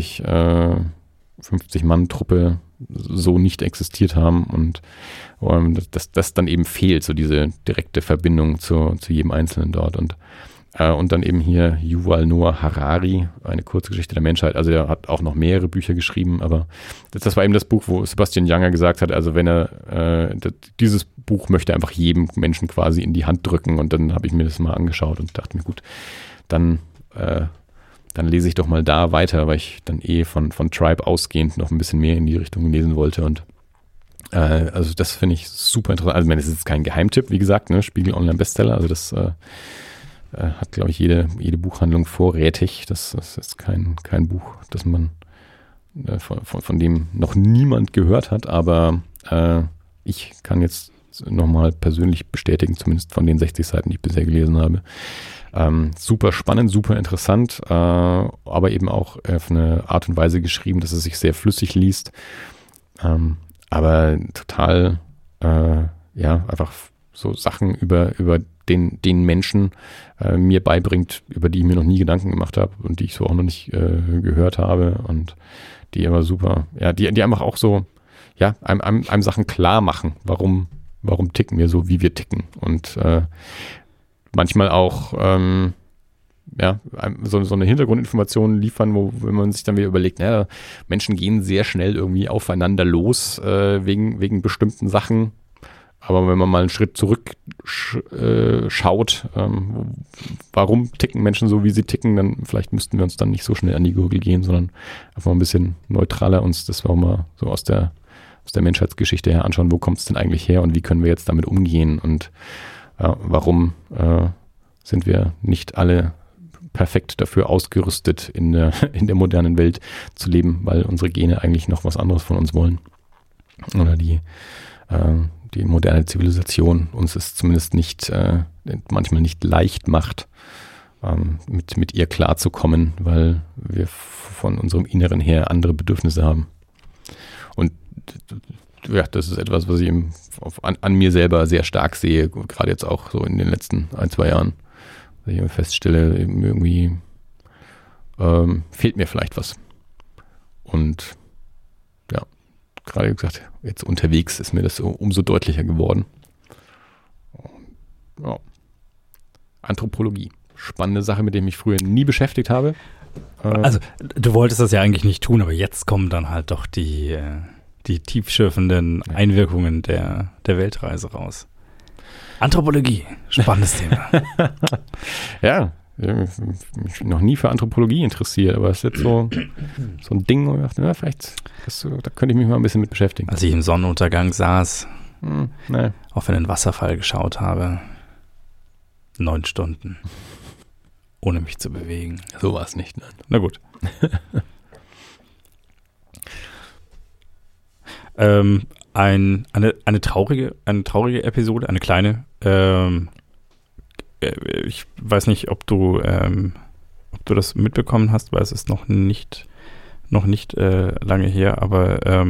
50-Mann-Truppe so nicht existiert haben und das dann eben fehlt, so diese direkte Verbindung zu jedem Einzelnen dort. Und dann eben hier Yuval Noah Harari, eine kurze Geschichte der Menschheit. Also er hat auch noch mehrere Bücher geschrieben, aber das war eben das Buch, wo Sebastian Jange gesagt hat, also wenn er dieses Buch möchte einfach jedem Menschen quasi in die Hand drücken, und dann habe ich mir das mal angeschaut und dachte mir, gut, dann lese ich doch mal da weiter, weil ich dann von Tribe ausgehend noch ein bisschen mehr in die Richtung lesen wollte. Und also das finde ich super interessant. Also ich meine, es ist kein Geheimtipp, wie gesagt, ne? Spiegel Online-Bestseller, also das hat, glaube ich, jede Buchhandlung vorrätig. Das ist kein Buch, das man von dem noch niemand gehört hat, aber ich kann jetzt nochmal persönlich bestätigen, zumindest von den 60 Seiten, die ich bisher gelesen habe. Super spannend, super interessant, aber eben auch auf eine Art und Weise geschrieben, dass es sich sehr flüssig liest, aber total, einfach so Sachen über den Menschen mir beibringt, über die ich mir noch nie Gedanken gemacht habe und die ich so auch noch nicht gehört habe und die immer super, die einfach auch so, einem Sachen klar machen, warum ticken wir so, wie wir ticken, und manchmal auch so eine Hintergrundinformation liefern, wenn man sich dann wieder überlegt, Menschen gehen sehr schnell irgendwie aufeinander los wegen bestimmten Sachen. Aber wenn man mal einen Schritt zurück schaut, warum ticken Menschen so, wie sie ticken, dann vielleicht müssten wir uns dann nicht so schnell an die Gurgel gehen, sondern einfach mal ein bisschen neutraler uns das auch mal so aus der Menschheitsgeschichte her anschauen, wo kommt es denn eigentlich her und wie können wir jetzt damit umgehen und warum sind wir nicht alle perfekt dafür ausgerüstet, in der modernen Welt zu leben, weil unsere Gene eigentlich noch was anderes von uns wollen. Oder die moderne Zivilisation uns es zumindest manchmal nicht leicht macht, mit ihr klarzukommen, weil wir von unserem Inneren her andere Bedürfnisse haben. Und ja, das ist etwas, was ich an mir selber sehr stark sehe, gerade jetzt auch so in den letzten 1-2 Jahren. Dass ich feststelle, irgendwie fehlt mir vielleicht was. Und ja, gerade gesagt, jetzt unterwegs ist mir das so umso deutlicher geworden. Ja. Anthropologie. Spannende Sache, mit der ich mich früher nie beschäftigt habe. Also, du wolltest das ja eigentlich nicht tun, aber jetzt kommen dann halt doch die tiefschürfenden Einwirkungen der Weltreise raus. Anthropologie, spannendes Thema. Ja, ich habe mich noch nie für Anthropologie interessiert, aber es ist jetzt so ein Ding, wo ich dachte, vielleicht, da könnte ich mich mal ein bisschen mit beschäftigen. Als ich im Sonnenuntergang saß, auf einen Wasserfall geschaut habe, 9 Stunden, ohne mich zu bewegen. So war es nicht, nein. Na gut. Eine traurige Episode, eine kleine. Ich weiß nicht, ob du das mitbekommen hast, weil es ist noch nicht lange her, aber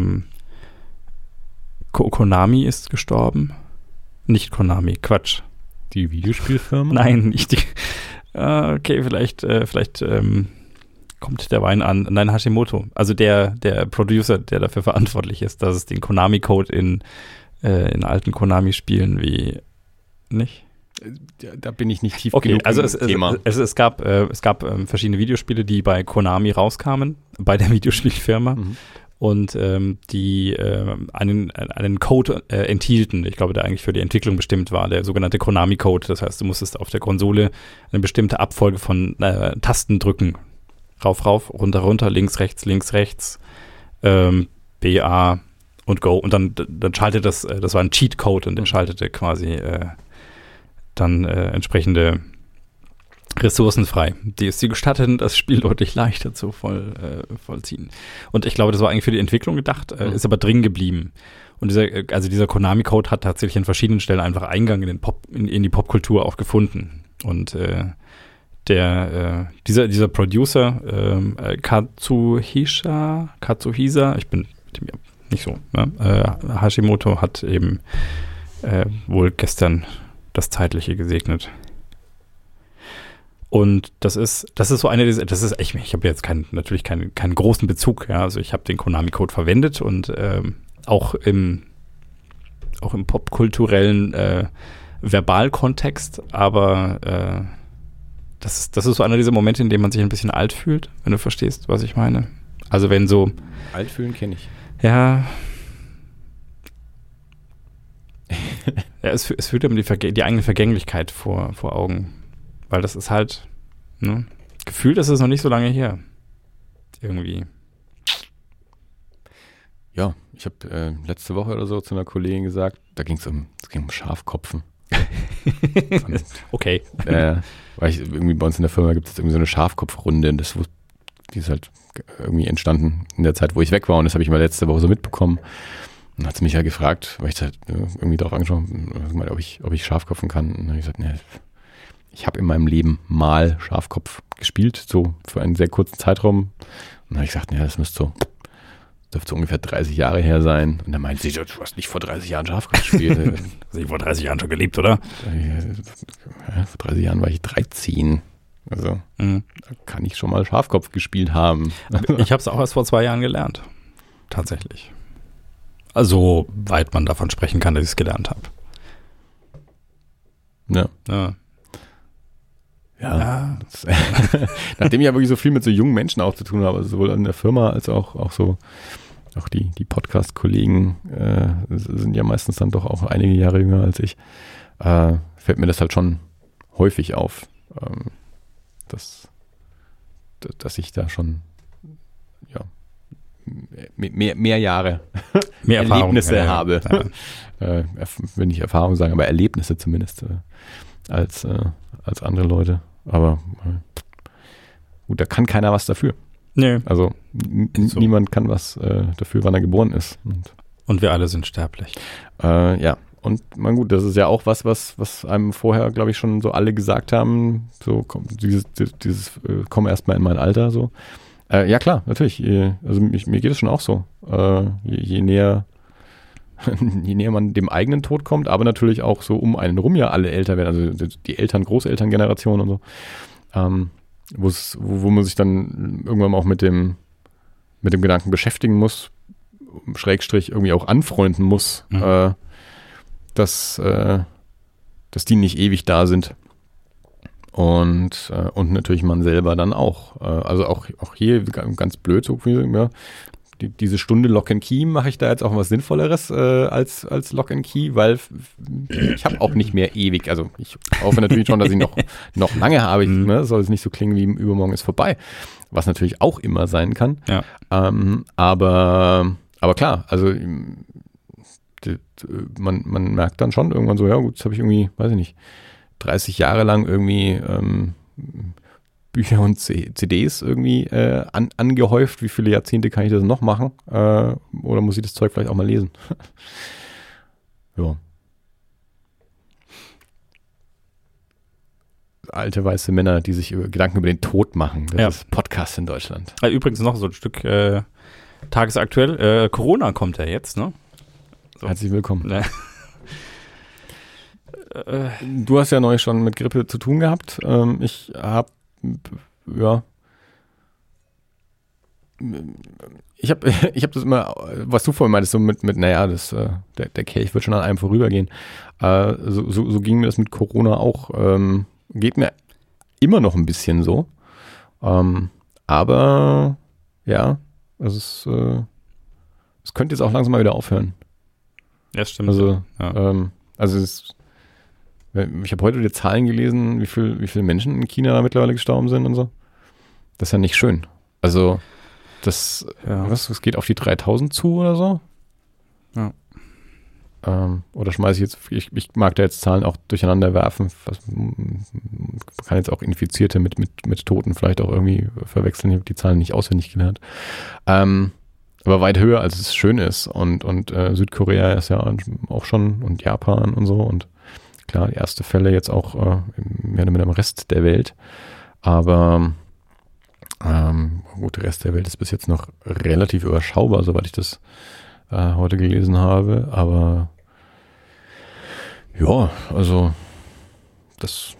Konami ist gestorben. Nicht Konami, Quatsch. Die Videospielfirma? Nein, nicht die. Okay, vielleicht kommt der Wein an. Nein, Hashimoto. Also der Producer, der dafür verantwortlich ist, dass es den Konami-Code in alten Konami-Spielen wie nicht. Da bin ich nicht tief genug also es gab verschiedene Videospiele, die bei Konami rauskamen, bei der Videospielfirma. Mhm. Und die einen Code enthielten, ich glaube, der eigentlich für die Entwicklung bestimmt war, der sogenannte Konami-Code. Das heißt, du musstest auf der Konsole eine bestimmte Abfolge von Tasten drücken. Rauf, rauf, runter, runter, links, rechts, B, A und Go. Und dann schaltet das war ein Cheat-Code und der schaltete quasi dann entsprechende Ressourcen frei, die es dir gestatten, das Spiel deutlich leichter zu vollziehen. Und ich glaube, das war eigentlich für die Entwicklung gedacht, ist aber drin geblieben. Und dieser Konami-Code hat tatsächlich an verschiedenen Stellen einfach Eingang in die Popkultur auch gefunden. Und dieser Producer, Katsuhisa, ich bin nicht so, ne? Hashimoto hat eben wohl gestern das Zeitliche gesegnet. Und das ist so eine dieser, das ist echt, ich habe jetzt natürlich keinen großen Bezug, ja, also ich habe den Konami-Code verwendet und auch im popkulturellen Verbalkontext, aber das ist so einer dieser Momente, in denen man sich ein bisschen alt fühlt, wenn du verstehst, was ich meine. Also wenn so... Alt fühlen kenne ich. Ja. Ja, es führt einem die eigene Vergänglichkeit vor Augen. Weil das ist halt, ne, gefühlt ist es noch nicht so lange her. Irgendwie. Ja, ich habe letzte Woche oder so zu einer Kollegin gesagt, es ging um Schafkopfen. Okay. Weil irgendwie bei uns in der Firma gibt es irgendwie so eine Schafkopfrunde und die ist halt irgendwie entstanden in der Zeit, wo ich weg war und das habe ich mal letzte Woche so mitbekommen. Und dann hat sie mich ja gefragt, weil ich halt irgendwie darauf angesprochen habe, ob ich Schafkopfen kann. Und dann habe ich gesagt, ne, ich habe in meinem Leben mal Schafkopf gespielt, so für einen sehr kurzen Zeitraum. Und dann habe ich gesagt, ja, das dürfte so ungefähr 30 Jahre her sein. Und dann meinte sie, du hast nicht vor 30 Jahren Schafkopf gespielt. Hast du vor 30 Jahren schon gelebt, oder? Ja, vor 30 Jahren war ich 13. Also da kann ich schon mal Schafkopf gespielt haben. Ich habe es auch erst vor 2 Jahren gelernt. Tatsächlich. Also, weit man davon sprechen kann, dass ich es gelernt habe. Ja. Ja. Nachdem ich ja wirklich so viel mit so jungen Menschen auch zu tun habe, sowohl in der Firma als auch so, auch die Podcast-Kollegen sind ja meistens dann doch auch einige Jahre jünger als ich, fällt mir das halt schon häufig auf, dass ich da schon mehr Jahre mehr Erlebnisse habe. Ja. Will nicht Erfahrung sagen, aber Erlebnisse zumindest als andere Leute. Aber gut, da kann keiner was dafür. Nee. Also niemand kann was dafür, wann er geboren ist. Und wir alle sind sterblich. Ja. Und gut, das ist ja auch was einem vorher, glaube ich, schon so alle gesagt haben, so dieses komm erst mal in mein Alter, so. Ja klar, natürlich. Also mir geht es schon auch so. Je näher je näher man dem eigenen Tod kommt, aber natürlich auch so um einen rum ja alle älter werden, also die Eltern, Großelterngeneration und so, wo man sich dann irgendwann mal auch mit dem Gedanken beschäftigen muss, Schrägstrich irgendwie auch anfreunden muss, dass die nicht ewig da sind. Und natürlich man selber dann auch. Also auch hier ganz blöd, so viel, ja. Diese Stunde Lock and Key mache ich da jetzt auch was Sinnvolleres als Lock and Key, weil ich habe auch nicht mehr ewig. Also ich hoffe natürlich schon, dass ich noch lange habe. Soll es nicht so klingen wie übermorgen ist vorbei. Was natürlich auch immer sein kann. Ja. Aber klar, also man merkt dann schon irgendwann so, ja gut, jetzt habe ich irgendwie, weiß ich nicht, 30 Jahre lang irgendwie Bücher und CDs irgendwie angehäuft. Wie viele Jahrzehnte kann ich das noch machen? Oder muss ich das Zeug vielleicht auch mal lesen? Ja. Alte weiße Männer, die sich Gedanken über den Tod machen. Das ist Podcast in Deutschland. Übrigens noch so ein Stück tagesaktuell. Corona kommt ja jetzt, ne? So. Herzlich willkommen. Du hast ja neulich schon mit Grippe zu tun gehabt. Ich habe, ich hab das immer, was du vorhin meintest, so mit naja, der Kelch wird schon an einem vorübergehen. So ging mir das mit Corona auch. Geht mir immer noch ein bisschen so. Aber ja, es könnte jetzt auch langsam mal wieder aufhören. Ja, stimmt. Also, ich habe heute die Zahlen gelesen, wie viele Menschen in China da mittlerweile gestorben sind und so. Das ist ja nicht schön. Also, das geht auf die 3000 zu oder so? Ja. Oder schmeiße ich jetzt, ich mag da jetzt Zahlen auch durcheinander werfen. Man kann jetzt auch Infizierte mit Toten vielleicht auch irgendwie verwechseln. Ich habe die Zahlen nicht auswendig gelernt. Aber weit höher, als es schön ist. Und Südkorea ist ja auch schon und Japan und so. Und klar, die erste Fälle jetzt auch mehr oder weniger im Rest der Welt. Aber gut, der Rest der Welt ist bis jetzt noch relativ überschaubar, soweit ich das heute gelesen habe. Aber ja, also es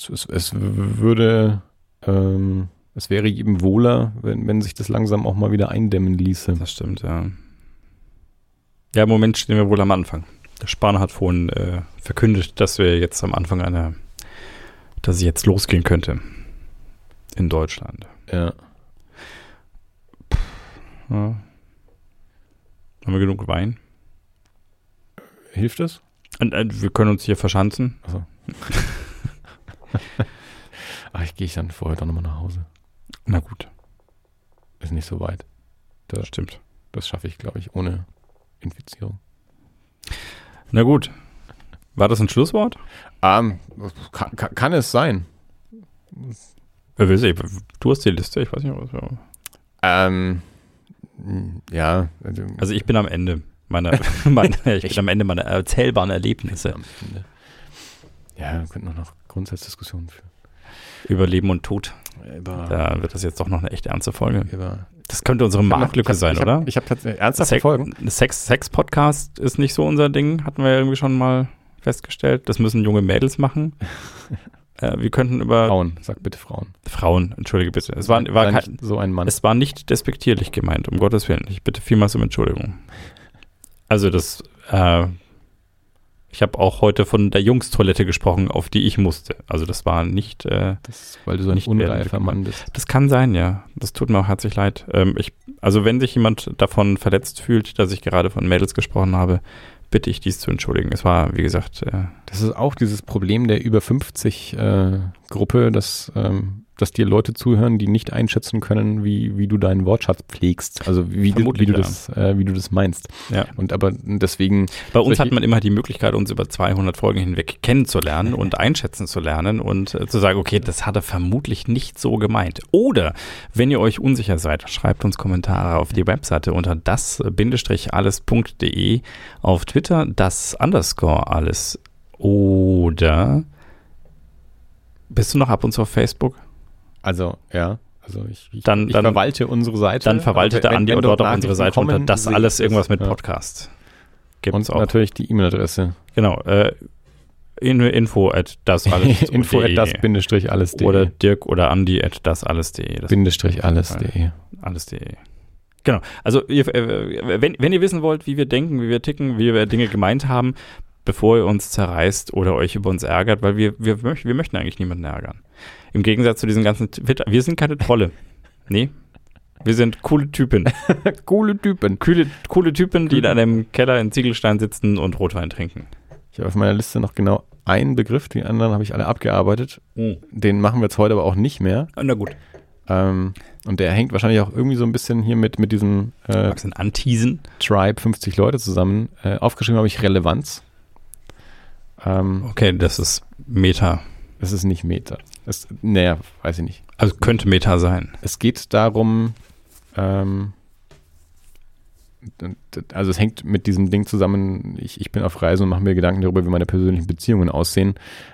wäre jedem wohler, wenn sich das langsam auch mal wieder eindämmen ließe. Das stimmt, ja. Ja, im Moment stehen wir wohl am Anfang. Der Spahn hat vorhin verkündet, dass wir jetzt am Anfang dass es jetzt losgehen könnte in Deutschland. Ja. Ja. Haben wir genug Wein? Hilft das? Und wir können uns hier verschanzen. Achso. Ich gehe dann vorher doch nochmal nach Hause. Na gut. Ist nicht so weit. Das stimmt. Das schaffe ich, glaube ich, ohne Infizierung. Na gut. War das ein Schlusswort? Kann es sein. Wer will sehen? Du hast die Liste, ich weiß nicht, was wir. Ja. Also ich bin am Ende meiner erzählbaren Erlebnisse. Ja, wir könnten noch Grundsatzdiskussionen führen. Über Leben und Tod. Da wird das jetzt doch noch eine echt ernste Folge. Das könnte unsere Marktlücke sein, oder? Ich habe tatsächlich ernsthafte Folgen. Sex-Podcast ist nicht so unser Ding, hatten wir ja irgendwie schon mal festgestellt. Das müssen junge Mädels machen. Wir könnten über... Frauen, sag bitte Frauen. Frauen, entschuldige bitte. Es war nicht so ein Mann. Es war nicht despektierlich gemeint, um Gottes Willen. Ich bitte vielmals um Entschuldigung. Also das... Ich habe auch heute von der Jungstoilette gesprochen, auf die ich musste. Also das war nicht... weil du so ein unreifer Mann bist. Das kann sein, ja. Das tut mir auch herzlich leid. Also wenn sich jemand davon verletzt fühlt, dass ich gerade von Mädels gesprochen habe, bitte ich dies zu entschuldigen. Es war, wie gesagt... Das ist auch dieses Problem der über 50 Gruppe, dass dir Leute zuhören, die nicht einschätzen können, wie du deinen Wortschatz pflegst. Also wie du das meinst. Ja. Und aber deswegen... Bei uns hat man immer die Möglichkeit, uns über 200 Folgen hinweg kennenzulernen und einschätzen zu lernen und zu sagen, okay, das hat er vermutlich nicht so gemeint. Oder, wenn ihr euch unsicher seid, schreibt uns Kommentare auf die Webseite unter das-alles.de, auf Twitter das_alles. Oder bist du noch ab und zu auf Facebook? Also, ja. Also ich verwalte unsere Seite. Dann verwaltet der Andi dort auch unsere Seite unter das alles irgendwas mit Podcast. Und auch natürlich die E-Mail-Adresse. Genau, info@dasalles.de info@das-alles.de oder Dirk oder Andi @dasalles.de _alles.de alles.de. Genau, also wenn ihr wissen wollt, wie wir denken, wie wir ticken, wie wir Dinge gemeint haben, bevor ihr uns zerreißt oder euch über uns ärgert, weil wir möchten eigentlich niemanden ärgern. Im Gegensatz zu diesen ganzen Twitter, wir sind keine Trolle. Nee, wir sind coole Typen. Coole Typen, die in einem Keller in Ziegelstein sitzen und Rotwein trinken. Ich habe auf meiner Liste noch genau einen Begriff, die anderen habe ich alle abgearbeitet. Den machen wir jetzt heute aber auch nicht mehr. Na gut. Und der hängt wahrscheinlich auch irgendwie so ein bisschen hier mit diesem Anteasen. Tribe 50 Leute zusammen. Aufgeschrieben habe ich Relevanz. Okay, das ist Meta. Das ist nicht Meta. Naja, weiß ich nicht. Also könnte Meta sein. Es geht darum, also es hängt mit diesem Ding zusammen, ich bin auf Reise und mache mir Gedanken darüber, wie meine persönlichen Beziehungen aussehen.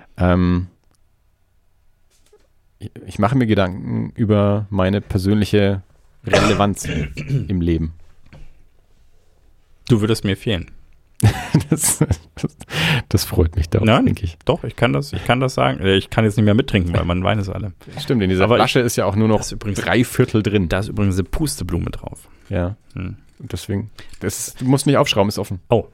Ich mache mir Gedanken über meine persönliche Relevanz im Leben. Du würdest mir fehlen. Das freut mich darauf, denke ich. Doch, ich kann das sagen. Ich kann jetzt nicht mehr mittrinken, weil mein Wein ist alle. Stimmt, in dieser Flasche ist ja auch nur noch 3/4 drin. Da ist übrigens eine Pusteblume drauf. Ja. Deswegen, du musst nicht aufschrauben, ist offen. Oh,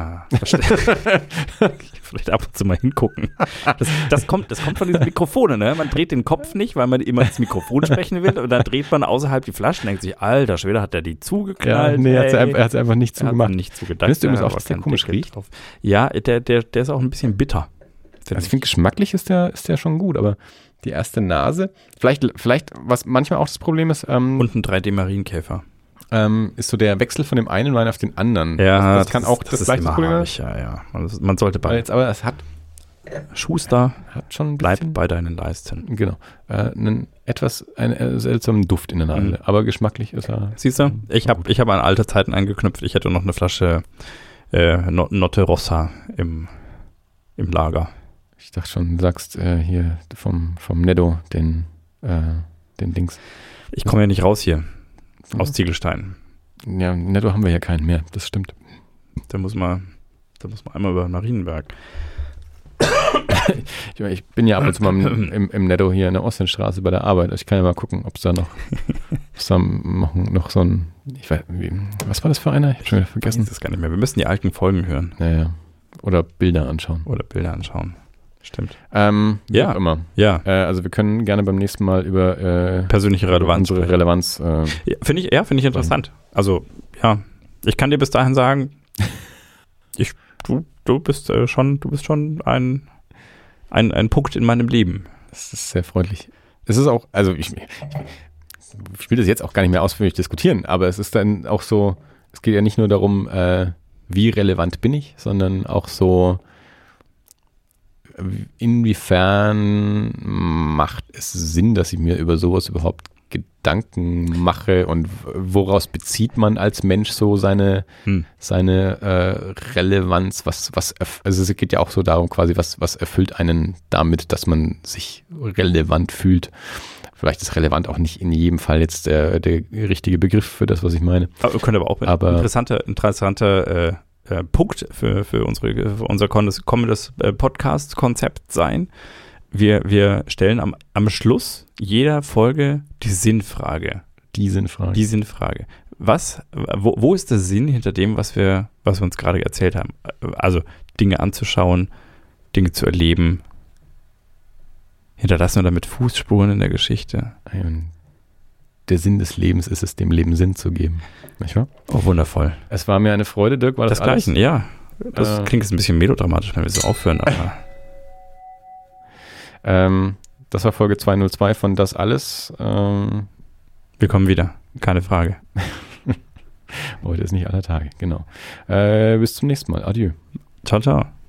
vielleicht ab und zu mal hingucken. Das kommt von diesen Mikrofonen, ne? Man dreht den Kopf nicht, weil man immer ins Mikrofon sprechen will und dann dreht man außerhalb die Flaschen und denkt sich, alter Schwede, hat der die zugeknallt? Ja, nee, er hat es einfach nicht zugemacht. Nicht zugedacht. Findest du übrigens auch, dass der komisch riecht? Drauf. Ja, der ist auch ein bisschen bitter. Also ich finde, geschmacklich ist der schon gut, aber die erste Nase, vielleicht, was manchmal auch das Problem ist. Und ein 3D-Marienkäfer. Ist so der Wechsel von dem einen Wein auf den anderen. Ja, das kann auch das gleiche Problem sein. Ja. Man sollte bei. Aber es hat Schuster, hat schon ein bleibt bei deinen Leisten. Genau. Einen seltsamen Duft in der Nase. Aber geschmacklich ist er. Siehst du? Ich hab an alte Zeiten angeknüpft. Ich hätte noch eine Flasche Notte Rossa im Lager. Ich dachte schon, du sagst hier vom Netto den Dings. Ich komme ja nicht raus hier. Aus Ziegelstein. Ja, Netto haben wir ja keinen mehr, das stimmt. Da muss man einmal über Marienberg. Ich bin ja ab und zu mal im Netto hier in der Ostendstraße bei der Arbeit. Also ich kann ja mal gucken, ob es da noch so ein, ich weiß, was war das für einer? Ich habe schon wieder vergessen. Ich weiß das gar nicht mehr. Wir müssen die alten Folgen hören. Ja. Oder Bilder anschauen. Stimmt. Ja. Auch immer. Ja. Also wir können gerne beim nächsten Mal über persönliche Relevanz. Unsere Relevanz. Finde ich interessant. Also, ja, ich kann dir bis dahin sagen, du bist schon ein Punkt in meinem Leben. Das ist sehr freundlich. Es ist auch, also ich will das jetzt auch gar nicht mehr ausführlich diskutieren, aber es ist dann auch so, es geht ja nicht nur darum, wie relevant bin ich, sondern auch so, inwiefern macht es Sinn, dass ich mir über sowas überhaupt Gedanken mache und woraus bezieht man als Mensch so seine Relevanz, also es geht ja auch so darum quasi, was erfüllt einen damit, dass man sich relevant fühlt. Vielleicht ist relevant auch nicht in jedem Fall jetzt der richtige Begriff für das, was ich meine. Könnte aber auch ein interessanter Punkt für unser kommendes Podcast-Konzept sein. Wir stellen am Schluss jeder Folge die Sinnfrage. Wo ist der Sinn hinter dem, was wir uns gerade erzählt haben? Also Dinge anzuschauen, Dinge zu erleben. Hinterlassen wir damit Fußspuren in der Geschichte. Der Sinn des Lebens ist es, dem Leben Sinn zu geben. Nicht wahr? Oh, wundervoll. Es war mir eine Freude, Dirk. War das alles? Gleiche, ja. Das klingt jetzt ein bisschen melodramatisch, wenn wir so aufhören. Aber das war Folge 202 von Das Alles. Wir kommen wieder, keine Frage. Heute ist nicht aller Tage, genau. Bis zum nächsten Mal. Adieu. Ciao, ciao.